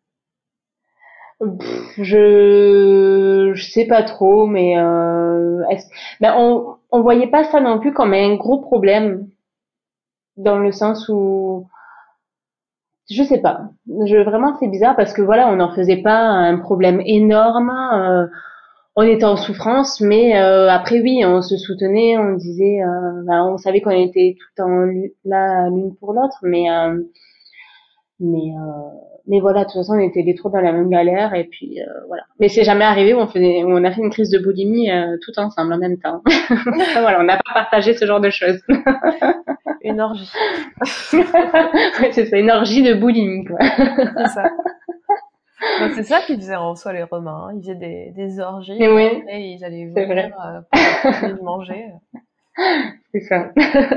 Pff, je je sais pas trop, mais euh, est-ce- ben on on voyait pas ça non plus comme un gros problème dans le sens où je sais pas. Je vraiment c'est bizarre parce que voilà, on n'en faisait pas un problème énorme. Euh, on était en souffrance, mais euh, après oui, on se soutenait, on disait, euh, ben, on savait qu'on était tout le temps lu- là l'une pour l'autre, mais euh, mais euh, mais voilà, de toute façon, on était les trois dans la même galère et puis euh, voilà. Mais c'est jamais arrivé où on faisait, où on a fait une crise de boulimie euh, tout ensemble en même temps. Ça, voilà, on n'a pas partagé ce genre de choses. Une orgie. Ouais, c'est ça, une orgie de boulimie, quoi. C'est ça. Ben, c'est ça qu'ils faisaient en soi les Romains, hein. Ils faisaient des, des orgies Mais et oui, après ils allaient c'est vomir vrai, euh, pour continuer de manger. c'est ça.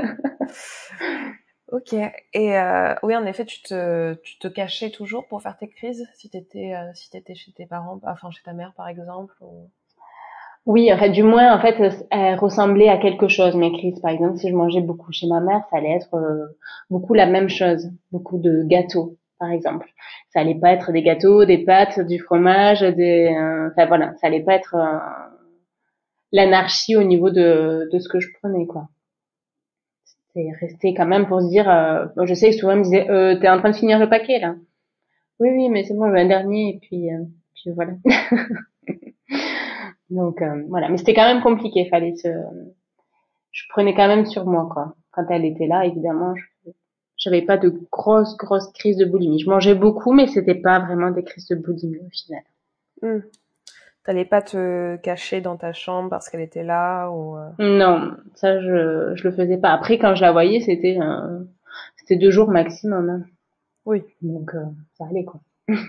Ok. Et euh, oui, en effet, tu te, tu te cachais toujours pour faire tes crises si t'étais, euh, si t'étais chez tes parents, enfin chez ta mère par exemple. Ou... Oui, en fait, du moins, en fait, elle ressemblait à quelque chose, mes crises. Par exemple, si je mangeais beaucoup chez ma mère, ça allait être euh, beaucoup la même chose, beaucoup de gâteaux, par exemple. Ça allait pas être des gâteaux, des pâtes, du fromage, des, euh, enfin voilà, ça allait pas être euh, l'anarchie au niveau de de ce que je prenais, quoi. C'est resté quand même pour se dire, euh, bon, je sais que souvent on me disait, euh, t'es en train de finir le paquet là. Oui, oui, mais c'est bon, je veux un dernier et puis, euh, puis voilà. Donc euh, voilà, mais c'était quand même compliqué, fallait se je prenais quand même sur moi, quoi. Quand elle était là, évidemment, je j'avais pas de grosses, grosses crises de boulimie. Je mangeais beaucoup, mais c'était pas vraiment des crises de boulimie au final. Hmm. T'allais pas te cacher dans ta chambre parce qu'elle était là ou. euh, Non, ça je je le faisais pas. Après, quand je la voyais, c'était euh, c'était deux jours maximum, hein. Oui. Donc euh, ça allait, quoi.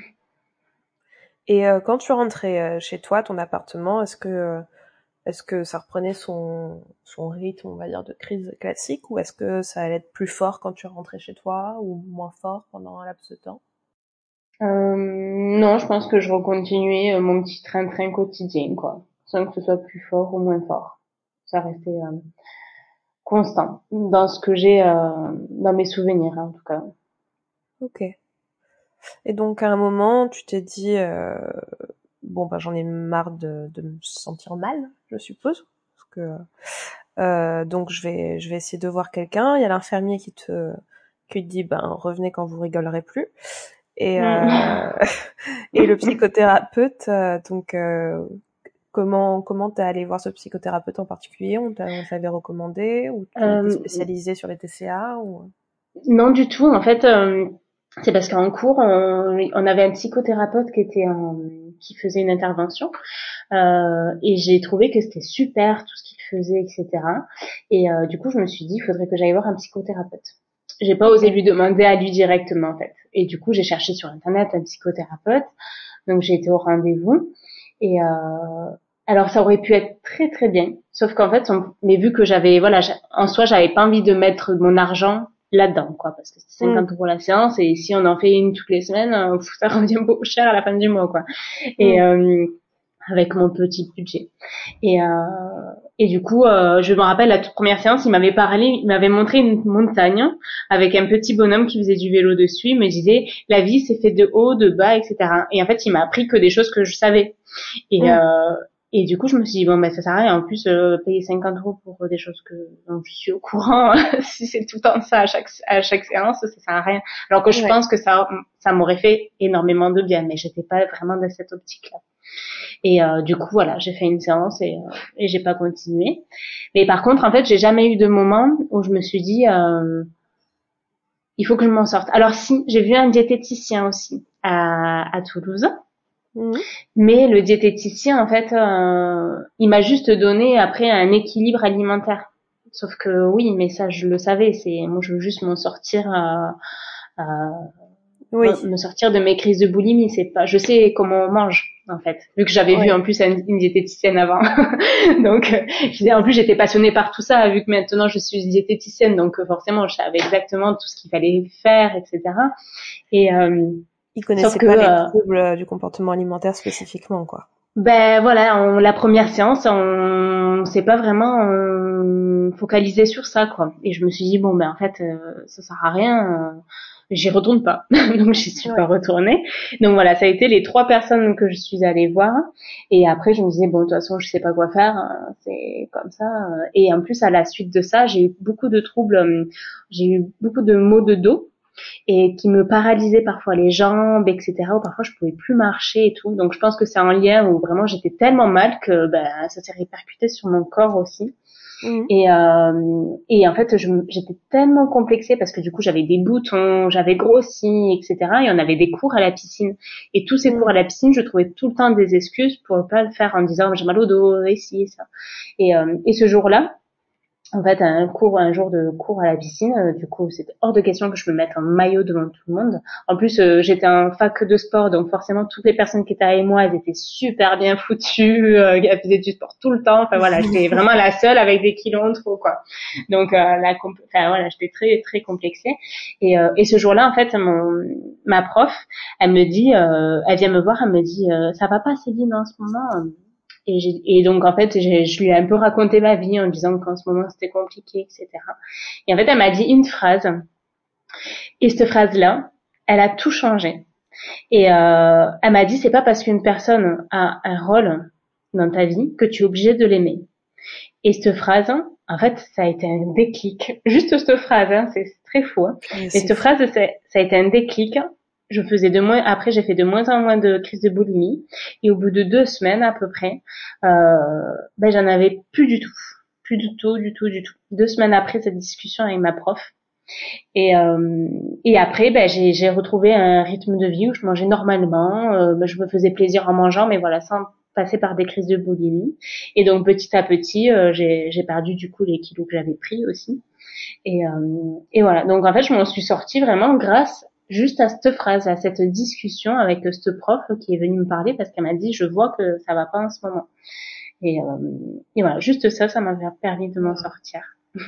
Et euh, quand tu rentrais euh, chez toi, ton appartement, est-ce que euh, est-ce que ça reprenait son son rythme, on va dire, de crise classique, ou est-ce que ça allait être plus fort quand tu rentrais chez toi ou moins fort pendant un laps de temps? Euh, non, je pense que je recontinuais euh, mon petit train-train quotidien, quoi, sans que ce soit plus fort ou moins fort. Ça restait euh, constant dans ce que j'ai, euh, dans mes souvenirs, hein, en tout cas. Ok. Et donc à un moment, tu t'es dit, euh, bon bah j'en ai marre de, de me sentir mal, je suppose, parce que euh, donc je vais je vais essayer de voir quelqu'un. Il y a l'infirmier qui te qui te dit ben revenez quand vous rigolerez plus. Et euh, Mm. et le psychothérapeute, euh, donc euh, comment comment t'es allé voir ce psychothérapeute en particulier? On t'a on t'avait recommandé ou tu étais Euh, spécialisé sur les T C A ou? non, du tout. En fait, euh, c'est parce qu'en cours, on, on avait un psychothérapeute qui était en, qui faisait une intervention, euh, et j'ai trouvé que c'était super tout ce qu'il faisait, et cetera. Et euh, du coup, je me suis dit, il faudrait que j'aille voir un psychothérapeute. J'ai pas osé lui demander à lui directement, en fait. Et du coup, j'ai cherché sur Internet un psychothérapeute. Donc, j'ai été au rendez-vous. Et euh, alors, ça aurait pu être très, très bien. Sauf qu'en fait, on, mais vu que j'avais, voilà, en soi, j'avais pas envie de mettre mon argent là-dedans, quoi, parce que c'est cinquante euros la séance, et si on en fait une toutes les semaines, euh, ça revient beaucoup cher à la fin du mois, quoi. Et mm. euh, avec mon petit budget. Et euh, et du coup, euh, je me rappelle la toute première séance, il m'avait parlé, il m'avait montré une montagne avec un petit bonhomme qui faisait du vélo dessus. Il me disait, la vie c'est fait de haut, de bas, et cetera. Et en fait, il m'a appris que des choses que je savais. Et mm. euh, Et du coup, je me suis dit, bon, ben, ça sert à rien. En plus, euh, payer cinquante euros pour des choses que, dont je suis au courant, si c'est tout le temps ça à chaque, à chaque séance, ça sert à rien. Alors que je ouais. pense que ça, ça m'aurait fait énormément de bien, mais j'étais pas vraiment dans cette optique-là. Et, euh, du coup, voilà, j'ai fait une séance et, euh, et j'ai pas continué. Mais par contre, en fait, j'ai jamais eu de moment où je me suis dit, euh, il faut que je m'en sorte. Alors si, j'ai vu un diététicien aussi à, à Toulouse. Mmh. Mais le diététicien, en fait, euh, il m'a juste donné après un équilibre alimentaire. Sauf que oui, mais ça, je le savais. C'est moi, je veux juste m'en sortir, euh, euh, oui. me sortir de mes crises de boulimie. C'est pas, je sais comment on mange, en fait, vu que j'avais ouais. vu en plus une, une diététicienne avant. Donc, je disais, en plus, j'étais passionnée par tout ça, vu que maintenant je suis diététicienne, donc forcément, je savais exactement tout ce qu'il fallait faire, et cetera. Et euh, Ils connaissaient pas que, les troubles euh, du comportement alimentaire spécifiquement, quoi. Ben voilà, on, la première séance, on s'est pas vraiment euh, focalisé sur ça, quoi. Et je me suis dit bon ben en fait, euh, ça sert à rien, euh, j'y retourne pas. Donc j'y suis ouais. pas retournée. Donc voilà, ça a été les trois personnes que je suis allée voir. Et après je me disais bon de toute façon je sais pas quoi faire, hein, c'est comme ça. Et en plus à la suite de ça, j'ai eu beaucoup de troubles, euh, j'ai eu beaucoup de maux de dos. Et qui me paralysait parfois les jambes, et cetera. Ou parfois je pouvais plus marcher et tout. Donc je pense que c'est un lien où vraiment j'étais tellement mal que ben ça s'est répercuté sur mon corps aussi. Mmh. Et euh, et en fait je, j'étais tellement complexée parce que du coup j'avais des boutons, j'avais grossi, et cetera. Et on avait des cours à la piscine. Et tous ces mmh. cours à la piscine, je trouvais tout le temps des excuses pour ne pas le faire en disant j'ai mal au dos, et ci et ça. Et euh, et ce jour-là. En fait, un cours, un jour de cours à la piscine, euh, du coup, c'était hors de question que je me mette en maillot devant tout le monde. En plus, euh, j'étais en fac de sport, donc forcément, toutes les personnes qui étaient avec moi, elles étaient super bien foutues, euh, elles faisaient du sport tout le temps. Enfin voilà, j'étais vraiment la seule avec des kilos en trop, quoi. Donc, euh, la, compl- enfin voilà, j'étais très très complexée. Et, euh, et ce jour-là, en fait, mon ma prof, elle me dit, euh, elle vient me voir, elle me dit, euh, ça va pas, Céline, en ce moment. Et, j'ai, et donc, en fait, j'ai, je lui ai un peu raconté ma vie en disant qu'en ce moment, c'était compliqué, et cetera. Et en fait, elle m'a dit une phrase. Et cette phrase-là, elle a tout changé. Et euh, elle m'a dit, c'est pas parce qu'une personne a un rôle dans ta vie que tu es obligé de l'aimer. Et cette phrase, en fait, ça a été un déclic. Juste cette phrase, hein, c'est, c'est très fou. Hein. Mais cette phrase, c'est, ça a été un déclic. Je faisais de moins, après j'ai fait de moins en moins de crises de boulimie, et au bout de deux semaines à peu près, euh, ben j'en avais plus du tout, plus du tout, du tout, du tout. Deux semaines après cette discussion avec ma prof, et euh, et après ben j'ai j'ai retrouvé un rythme de vie où je mangeais normalement, euh, ben, je me faisais plaisir en mangeant, mais voilà, sans passer par des crises de boulimie. Et donc petit à petit, euh, j'ai j'ai perdu du coup les kilos que j'avais pris aussi, et euh, et voilà. Donc en fait je m'en suis sortie vraiment grâce juste à cette phrase, à cette discussion avec ce prof qui est venu me parler parce qu'elle m'a dit je vois que ça va pas en ce moment. Et, euh, et voilà, juste ça, ça m'a permis de m'en sortir.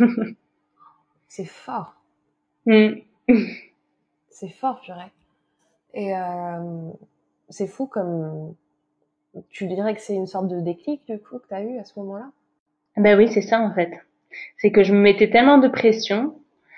C'est fort. Mm. C'est fort, purée. Et euh, c'est fou comme tu dirais que c'est une sorte de déclic du coup que t'as eu à ce moment-là. Ben oui, c'est ça en fait. C'est que je me mettais tellement de pression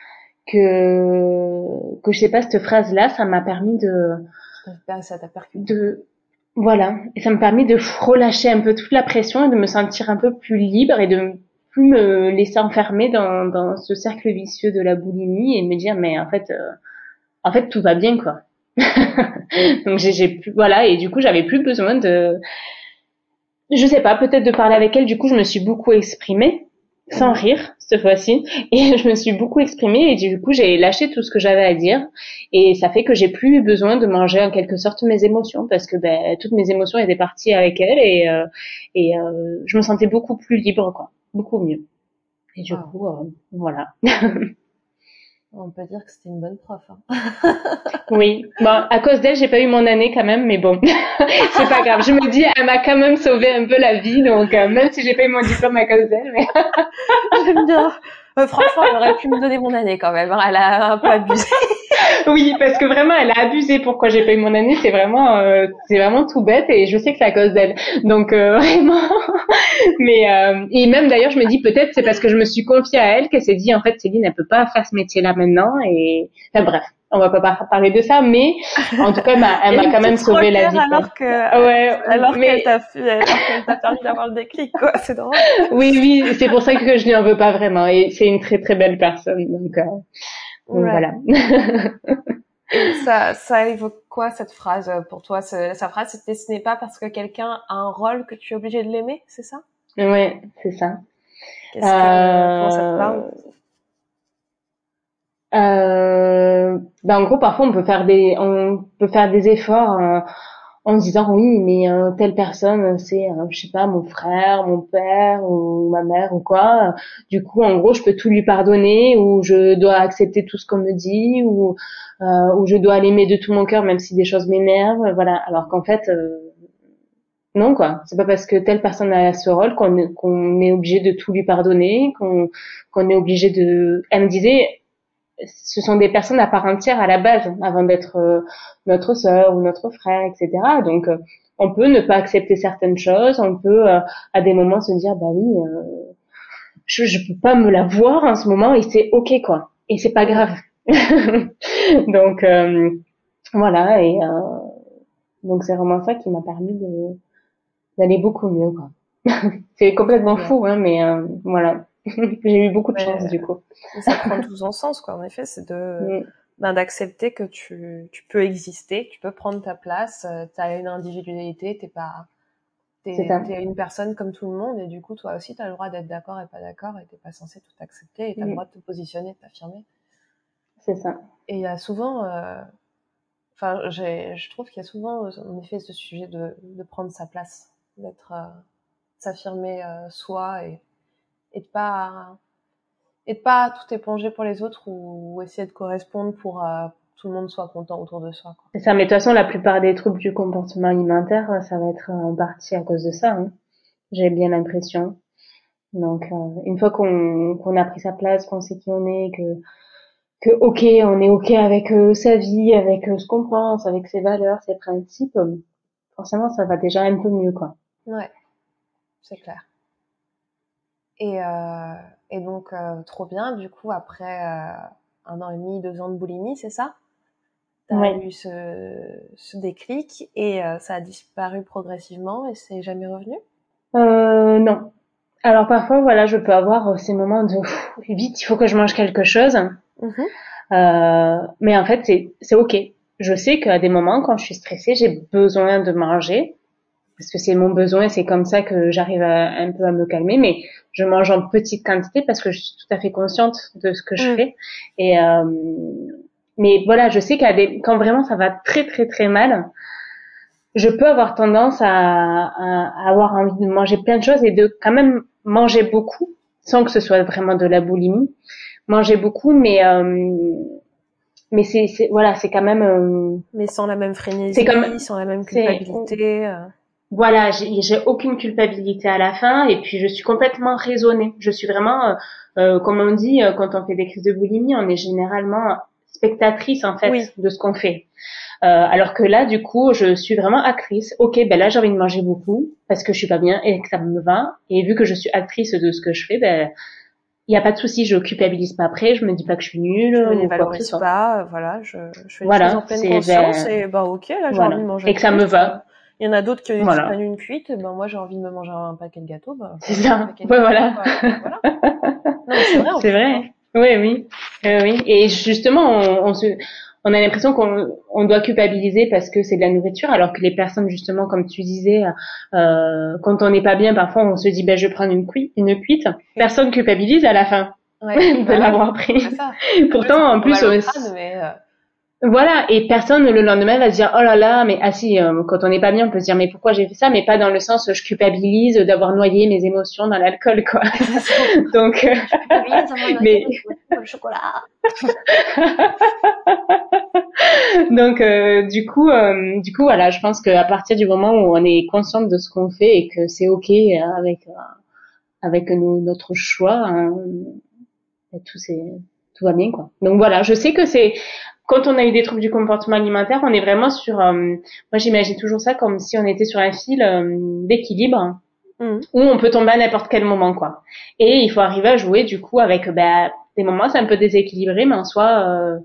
que que je sais pas, cette phrase là ça m'a permis de ça t'a percuté de voilà, et ça me permet de relâcher un peu toute la pression et de me sentir un peu plus libre et de plus me laisser enfermer dans dans ce cercle vicieux de la boulimie et me dire mais en fait euh, en fait tout va bien quoi. Donc j'ai j'ai plus voilà, et du coup j'avais plus besoin de je sais pas, peut-être de parler avec elle, du coup je me suis beaucoup exprimée. sans mmh. rire cette fois-ci, et je me suis beaucoup exprimée et du coup j'ai lâché tout ce que j'avais à dire et ça fait que j'ai plus eu besoin de manger en quelque sorte mes émotions parce que ben toutes mes émotions étaient parties avec elle et euh, et euh, je me sentais beaucoup plus libre quoi, beaucoup mieux. Et du wow. coup euh, voilà. On peut dire que c'était une bonne prof. Hein. Oui, bon, à cause d'elle, j'ai pas eu mon année quand même, mais bon, c'est pas grave. Je me dis, elle m'a quand même sauvé un peu la vie, donc euh, même si j'ai pas eu mon diplôme à cause d'elle, mais... J'aime bien. Euh, franchement, elle aurait pu me donner mon année quand même. Hein. Elle a un peu abusé. Oui, parce que vraiment, elle a abusé. Pourquoi j'ai pas eu mon année, c'est vraiment, euh, c'est vraiment tout bête, et je sais que c'est à cause d'elle. Donc euh, vraiment. Mais euh, et même d'ailleurs, je me dis peut-être c'est parce que je me suis confiée à elle qu'elle s'est dit en fait, Céline, elle peut pas faire ce métier-là maintenant. Et enfin bref, on va pas parler de ça, mais en tout cas, elle m'a, elle m'a quand même sauvé la vie. Alors que, ouais, alors mais... qu'elle t'a fait, alors qu'elle t'a permis d'avoir le déclic, quoi. C'est drôle. Oui, oui, c'est pour ça que je lui en veux pas vraiment. Et c'est une très très belle personne, donc. Euh... Donc, ouais. Voilà. Et ça, ça évoque quoi cette phrase pour toi? Sa phrase, c'était ce n'est pas parce que quelqu'un a un rôle que tu es obligé de l'aimer, c'est ça? Ouais, c'est ça. Qu'est-ce que, euh... comment ça te parle? Euh, ben en gros, parfois on peut faire des, on peut faire des efforts euh, en se disant oui, mais euh, telle personne, c'est, euh, je sais pas, mon frère, mon père ou ma mère ou quoi. Du coup, en gros, je peux tout lui pardonner ou je dois accepter tout ce qu'on me dit ou euh, ou je dois l'aimer de tout mon cœur même si des choses m'énervent. Voilà. Alors qu'en fait, euh, non quoi. C'est pas parce que telle personne a ce rôle qu'on est, qu'on est obligé de tout lui pardonner, qu'on qu'on est obligé de. Elle me disait. Ce sont des personnes à part entière à la base, avant d'être euh, notre sœur ou notre frère, et cetera. Donc, euh, on peut ne pas accepter certaines choses, on peut euh, à des moments se dire, bah oui, euh, je, je peux pas me la voir en ce moment et c'est ok quoi, et c'est pas grave. Donc euh, voilà, et euh, donc c'est vraiment ça qui m'a permis de d'aller beaucoup mieux quoi. C'est complètement fou, hein, mais euh, voilà. J'ai eu beaucoup de chance, mais, du coup. Ça prend tout son sens, quoi. En effet, c'est de, mm. ben, d'accepter que tu, tu peux exister, tu peux prendre ta place, euh, t'as une individualité, t'es pas, t'es, t'es une personne comme tout le monde, et du coup, toi aussi, t'as le droit d'être d'accord et pas d'accord, et t'es pas censé tout accepter, et t'as mm. le droit de te positionner, de t'affirmer. C'est ça. Et il y a souvent, euh, enfin, j'ai, je trouve qu'il y a souvent, en effet, ce sujet de, de prendre sa place, d'être, euh, s'affirmer euh, soi et, et de pas, et de pas tout éponger pour les autres ou, ou essayer de correspondre pour euh, que tout le monde soit content autour de soi, quoi. C'est ça, mais de toute façon, la plupart des troubles du comportement alimentaire, ça va être en partie à cause de ça, hein. J'ai bien l'impression. Donc, euh, une fois qu'on, qu'on a pris sa place, qu'on sait qui on est, que, que ok, on est ok avec euh, sa vie, avec euh, ce qu'on pense, avec ses valeurs, ses principes, euh, forcément, ça va déjà un peu mieux, quoi. Ouais, c'est clair. Et, euh, et donc, euh, trop bien. Du coup, après euh, un an et demi, deux ans de boulimie, c'est ça? T'as ouais. eu ce, ce déclic et euh, ça a disparu progressivement et c'est jamais revenu? Euh, non. Alors parfois, voilà, je peux avoir ces moments de pff, vite, il faut que je mange quelque chose. Mm-hmm. Euh, mais en fait, c'est, c'est ok. Je sais qu'à des moments, quand je suis stressée, j'ai besoin de manger. Parce que c'est mon besoin, c'est comme ça que j'arrive à, un peu à me calmer, mais je mange en petite quantité parce que je suis tout à fait consciente de ce que je mmh. fais. Et euh, mais voilà, je sais qu'à des, quand vraiment ça va très très très mal, je peux avoir tendance à, à, à avoir envie de manger plein de choses et de quand même manger beaucoup, sans que ce soit vraiment de la boulimie. Manger beaucoup, mais euh, mais c'est, c'est voilà, c'est quand même. Euh, mais sans la même frénésie, c'est comme, sans la même culpabilité. Euh... Voilà, j'ai, j'ai aucune culpabilité à la fin et puis je suis complètement raisonnée. Je suis vraiment, euh, euh, comme on dit, euh, quand on fait des crises de boulimie, on est généralement spectatrice en fait oui. de ce qu'on fait. Euh, alors que là, du coup, je suis vraiment actrice. Ok, ben là, j'ai envie de manger beaucoup parce que je suis pas bien et que ça me va. Et vu que je suis actrice de ce que je fais, ben il y a pas de souci, je culpabilise pas après, je me dis pas que je suis nulle. Je ne valorise pas, euh, voilà, je, je fais voilà, les choses en pleine conscience ben, et bah ok, là j'ai voilà. envie de manger. Et que ça me va. Il y en a d'autres qui voilà. prennent une cuite, ben moi j'ai envie de me manger un paquet de gâteaux. Ben, c'est ça. Ouais, voilà. voilà. Non, mais c'est vrai. En c'est plus, vrai. hein. Oui, oui, euh, oui. Et justement, on, on se, on a l'impression qu'on on doit culpabiliser parce que c'est de la nourriture, alors que les personnes justement, comme tu disais, euh, quand on n'est pas bien, parfois on se dit ben je vais prendre une cuite, une cuite. Personne culpabilise à la fin ouais, de bah, l'avoir pris. C'est ça. Pourtant, en plus, on... on... crâne, mais euh... voilà, et personne le lendemain va se dire oh là là, mais ah si, euh, quand on n'est pas bien, on peut se dire mais pourquoi j'ai fait ça, mais pas dans le sens je culpabilise d'avoir noyé mes émotions dans l'alcool, quoi. Donc, euh... je culpabilise d'avoir noyé mais... mes émotions dans le chocolat. Donc, euh, du coup, euh, du coup, voilà, je pense qu'à partir du moment où on est consciente de ce qu'on fait et que c'est ok avec euh, avec nos, notre choix, hein, tout c'est tout va bien, quoi. Donc voilà, je sais que c'est quand on a eu des troubles du comportement alimentaire, on est vraiment sur, euh, moi j'imagine toujours ça comme si on était sur un fil euh, d'équilibre mmh. où on peut tomber à n'importe quel moment, quoi. Et il faut arriver à jouer du coup avec bah, des moments c'est un peu déséquilibré, mais en soi, euh,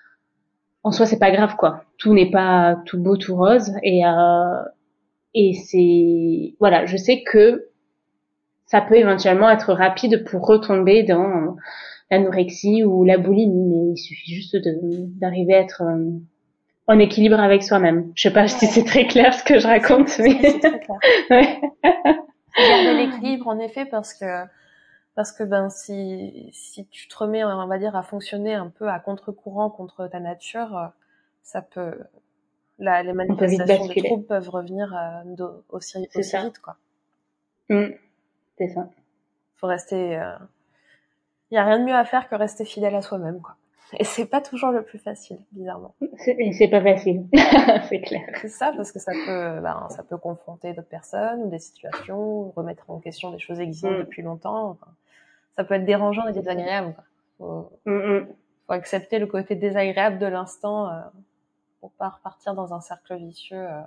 en soi c'est pas grave, quoi. Tout n'est pas tout beau, tout rose, et euh, et c'est voilà, je sais que ça peut éventuellement être rapide pour retomber dans l'anorexie ou la boulimie, mais il suffit juste de, d'arriver à être euh, en équilibre avec soi-même. Je sais pas ouais. si c'est très clair ce que je raconte, c'est, mais c'est très clair. Ouais. Garder l'équilibre, en effet, parce que parce que ben si si tu te remets, on va dire, à fonctionner un peu à contre-courant contre ta nature, ça peut la, les manifestations de troubles peuvent revenir euh, aussi c'est aussi ça. vite, quoi. Mmh. C'est ça. Faut rester. Euh... Il y a rien de mieux à faire que rester fidèle à soi-même, quoi. Et c'est pas toujours le plus facile, bizarrement. C'est, c'est pas facile, c'est clair. C'est ça, parce que ça peut, ben, ça peut confronter d'autres personnes ou des situations, ou remettre en question des choses existantes mmh. depuis longtemps. Enfin, ça peut être dérangeant et désagréable, quoi. Faut, mmh. faut accepter le côté désagréable de l'instant euh, pour pas repartir dans un cercle vicieux euh,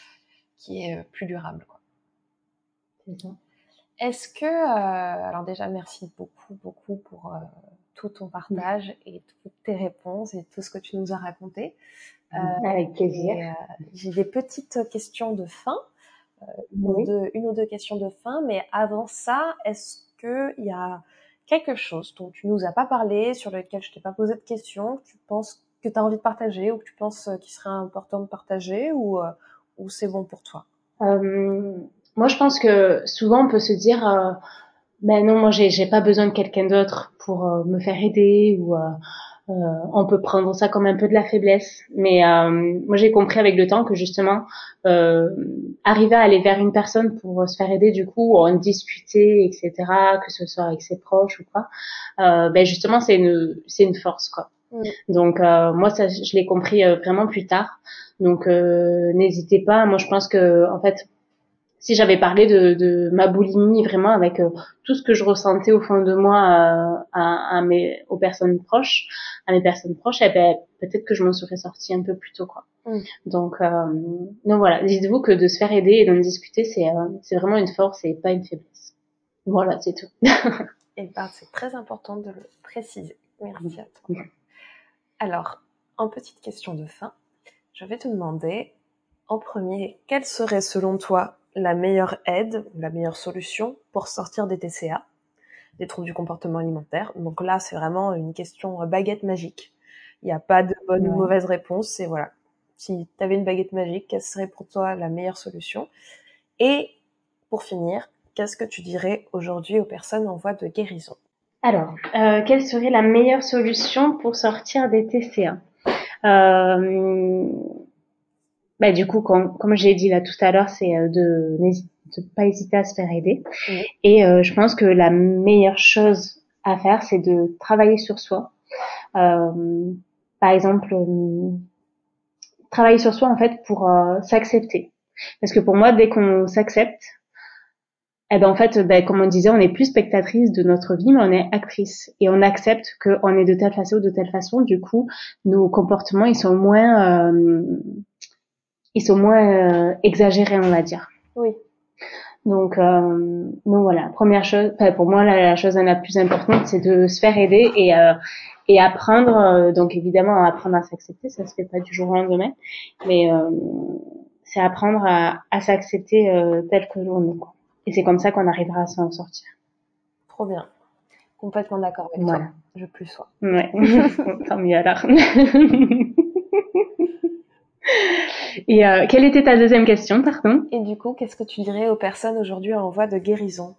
qui est euh, plus durable, quoi. C'est ça. Est-ce que, euh, alors déjà merci beaucoup, beaucoup pour euh, tout ton partage et toutes tes réponses et tout ce que tu nous as raconté. Euh, Avec plaisir. Et, euh, j'ai des petites questions de fin, euh, une, oui. ou deux, une ou deux questions de fin, mais avant ça, est-ce qu'il y a quelque chose dont tu nous as pas parlé, sur lequel je t'ai pas posé de questions, que tu penses que tu as envie de partager ou que tu penses qu'il serait important de partager ou, euh, ou c'est bon pour toi? euh, Moi, je pense que souvent on peut se dire euh, ben non, moi j'ai j'ai pas besoin de quelqu'un d'autre pour euh, me faire aider ou euh, euh, on peut prendre ça comme un peu de la faiblesse, mais euh, moi j'ai compris avec le temps que justement euh, arriver à aller vers une personne pour se faire aider, du coup en discuter, et cetera, que ce soit avec ses proches ou quoi, euh, ben justement c'est une c'est une force, quoi. Mmh. Donc euh, moi ça je l'ai compris euh, vraiment plus tard. Donc euh, n'hésitez pas. Moi je pense que en fait si j'avais parlé de, de ma boulimie vraiment avec euh, tout ce que je ressentais au fond de moi euh, à, à mes aux personnes proches, à mes personnes proches, eh ben peut-être que je m'en serais sortie un peu plus tôt, quoi. Mm. Donc euh, donc voilà, dites-vous que de se faire aider et d'en discuter, c'est euh, c'est vraiment une force et pas une faiblesse. Voilà, c'est tout. Et ben c'est très important de le préciser. Merci à toi. Mm. Alors, en petite question de fin, je vais te demander en premier, quelle serait selon toi la meilleure aide ou la meilleure solution pour sortir des T C A, des troubles du comportement alimentaire? Donc là, c'est vraiment une question baguette magique. Il n'y a pas de bonne ouais. ou mauvaise réponse. C'est voilà. Si tu avais une baguette magique, quelle serait pour toi la meilleure solution? Et pour finir, qu'est-ce que tu dirais aujourd'hui aux personnes en voie de guérison? Alors, euh, quelle serait la meilleure solution pour sortir des T C A? euh, Bah du coup, comme, comme j'ai dit là tout à l'heure, c'est de ne pas hésiter à se faire aider. Mmh. Et euh, je pense que la meilleure chose à faire, c'est de travailler sur soi. Euh, par exemple, euh, travailler sur soi en fait pour euh, s'accepter. Parce que pour moi, dès qu'on s'accepte, eh ben en fait, ben, comme on disait, on n'est plus spectatrice de notre vie, mais on est actrice. Et on accepte qu'on est de telle façon ou de telle façon. Du coup, nos comportements, ils sont moins... Euh, ils sont moins euh, exagérés, on va dire. Oui. Donc, euh, donc voilà. Première chose, enfin, pour moi, la, la chose la plus importante, c'est de se faire aider et euh, et apprendre. Euh, donc évidemment, apprendre à s'accepter, ça se fait pas du jour au lendemain, mais euh, c'est apprendre à, à s'accepter euh, tel que l'on est, quoi. Et c'est comme ça qu'on arrivera à s'en sortir. Trop bien. Complètement d'accord avec voilà. toi. Je plus sois. Ouais. Tant mieux alors. Et euh, quelle était ta deuxième question, pardon? Et du coup, qu'est-ce que tu dirais aux personnes aujourd'hui en voie de guérison?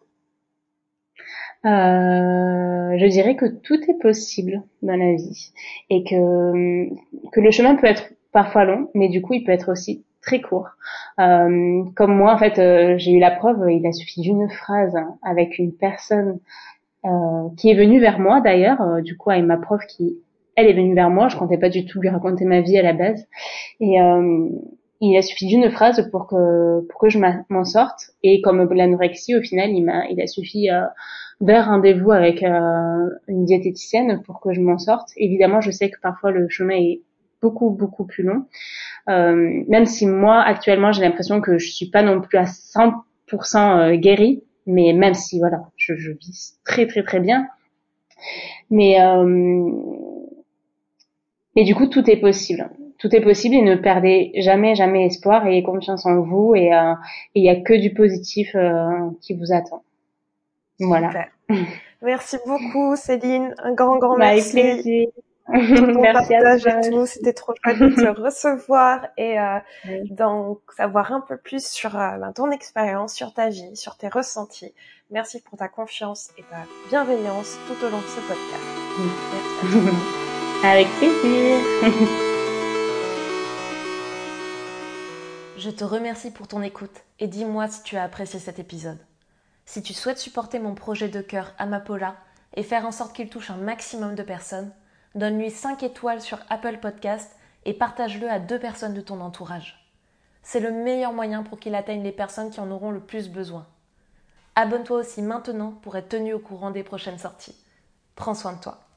Euh, je dirais que tout est possible dans la vie et que que le chemin peut être parfois long, mais du coup, il peut être aussi très court. Euh, comme moi, en fait, euh, j'ai eu la preuve. Il a suffi d'une phrase avec une personne euh, qui est venue vers moi, d'ailleurs. Euh, du coup, avec ma prof qui, elle est venue vers moi. Je comptais pas du tout lui raconter ma vie à la base. Et euh, il a suffi d'une phrase pour que pour que je m'en sorte. Et comme l'anorexie, au final, il m'a, il a suffi euh, d'un rendez-vous avec euh, une diététicienne pour que je m'en sorte. Évidemment, je sais que parfois le chemin est beaucoup beaucoup plus long. Euh, même si moi actuellement j'ai l'impression que je suis pas non plus à cent pour cent guérie, mais même si voilà, je, je vis très très très bien. Mais euh, mais du coup, tout est possible. Tout est possible et ne perdez jamais, jamais espoir et confiance en vous et euh, il y a que du positif euh, qui vous attend. Voilà. Super. Merci beaucoup, Céline. Un grand, grand Bah, avec merci plaisir. pour ton Merci à partage toi et tout. aussi. C'était trop chouette de te recevoir et euh, Oui. d'en savoir un peu plus sur euh, ben, ton expérience, sur ta vie, sur tes ressentis. Merci pour ta confiance et ta bienveillance tout au long de ce podcast. Merci à toi. Avec plaisir. Je te remercie pour ton écoute et dis-moi si tu as apprécié cet épisode. Si tu souhaites supporter mon projet de cœur Amapola et faire en sorte qu'il touche un maximum de personnes, donne-lui cinq étoiles sur Apple Podcast et partage-le à deux personnes de ton entourage. C'est le meilleur moyen pour qu'il atteigne les personnes qui en auront le plus besoin. Abonne-toi aussi maintenant pour être tenu au courant des prochaines sorties. Prends soin de toi.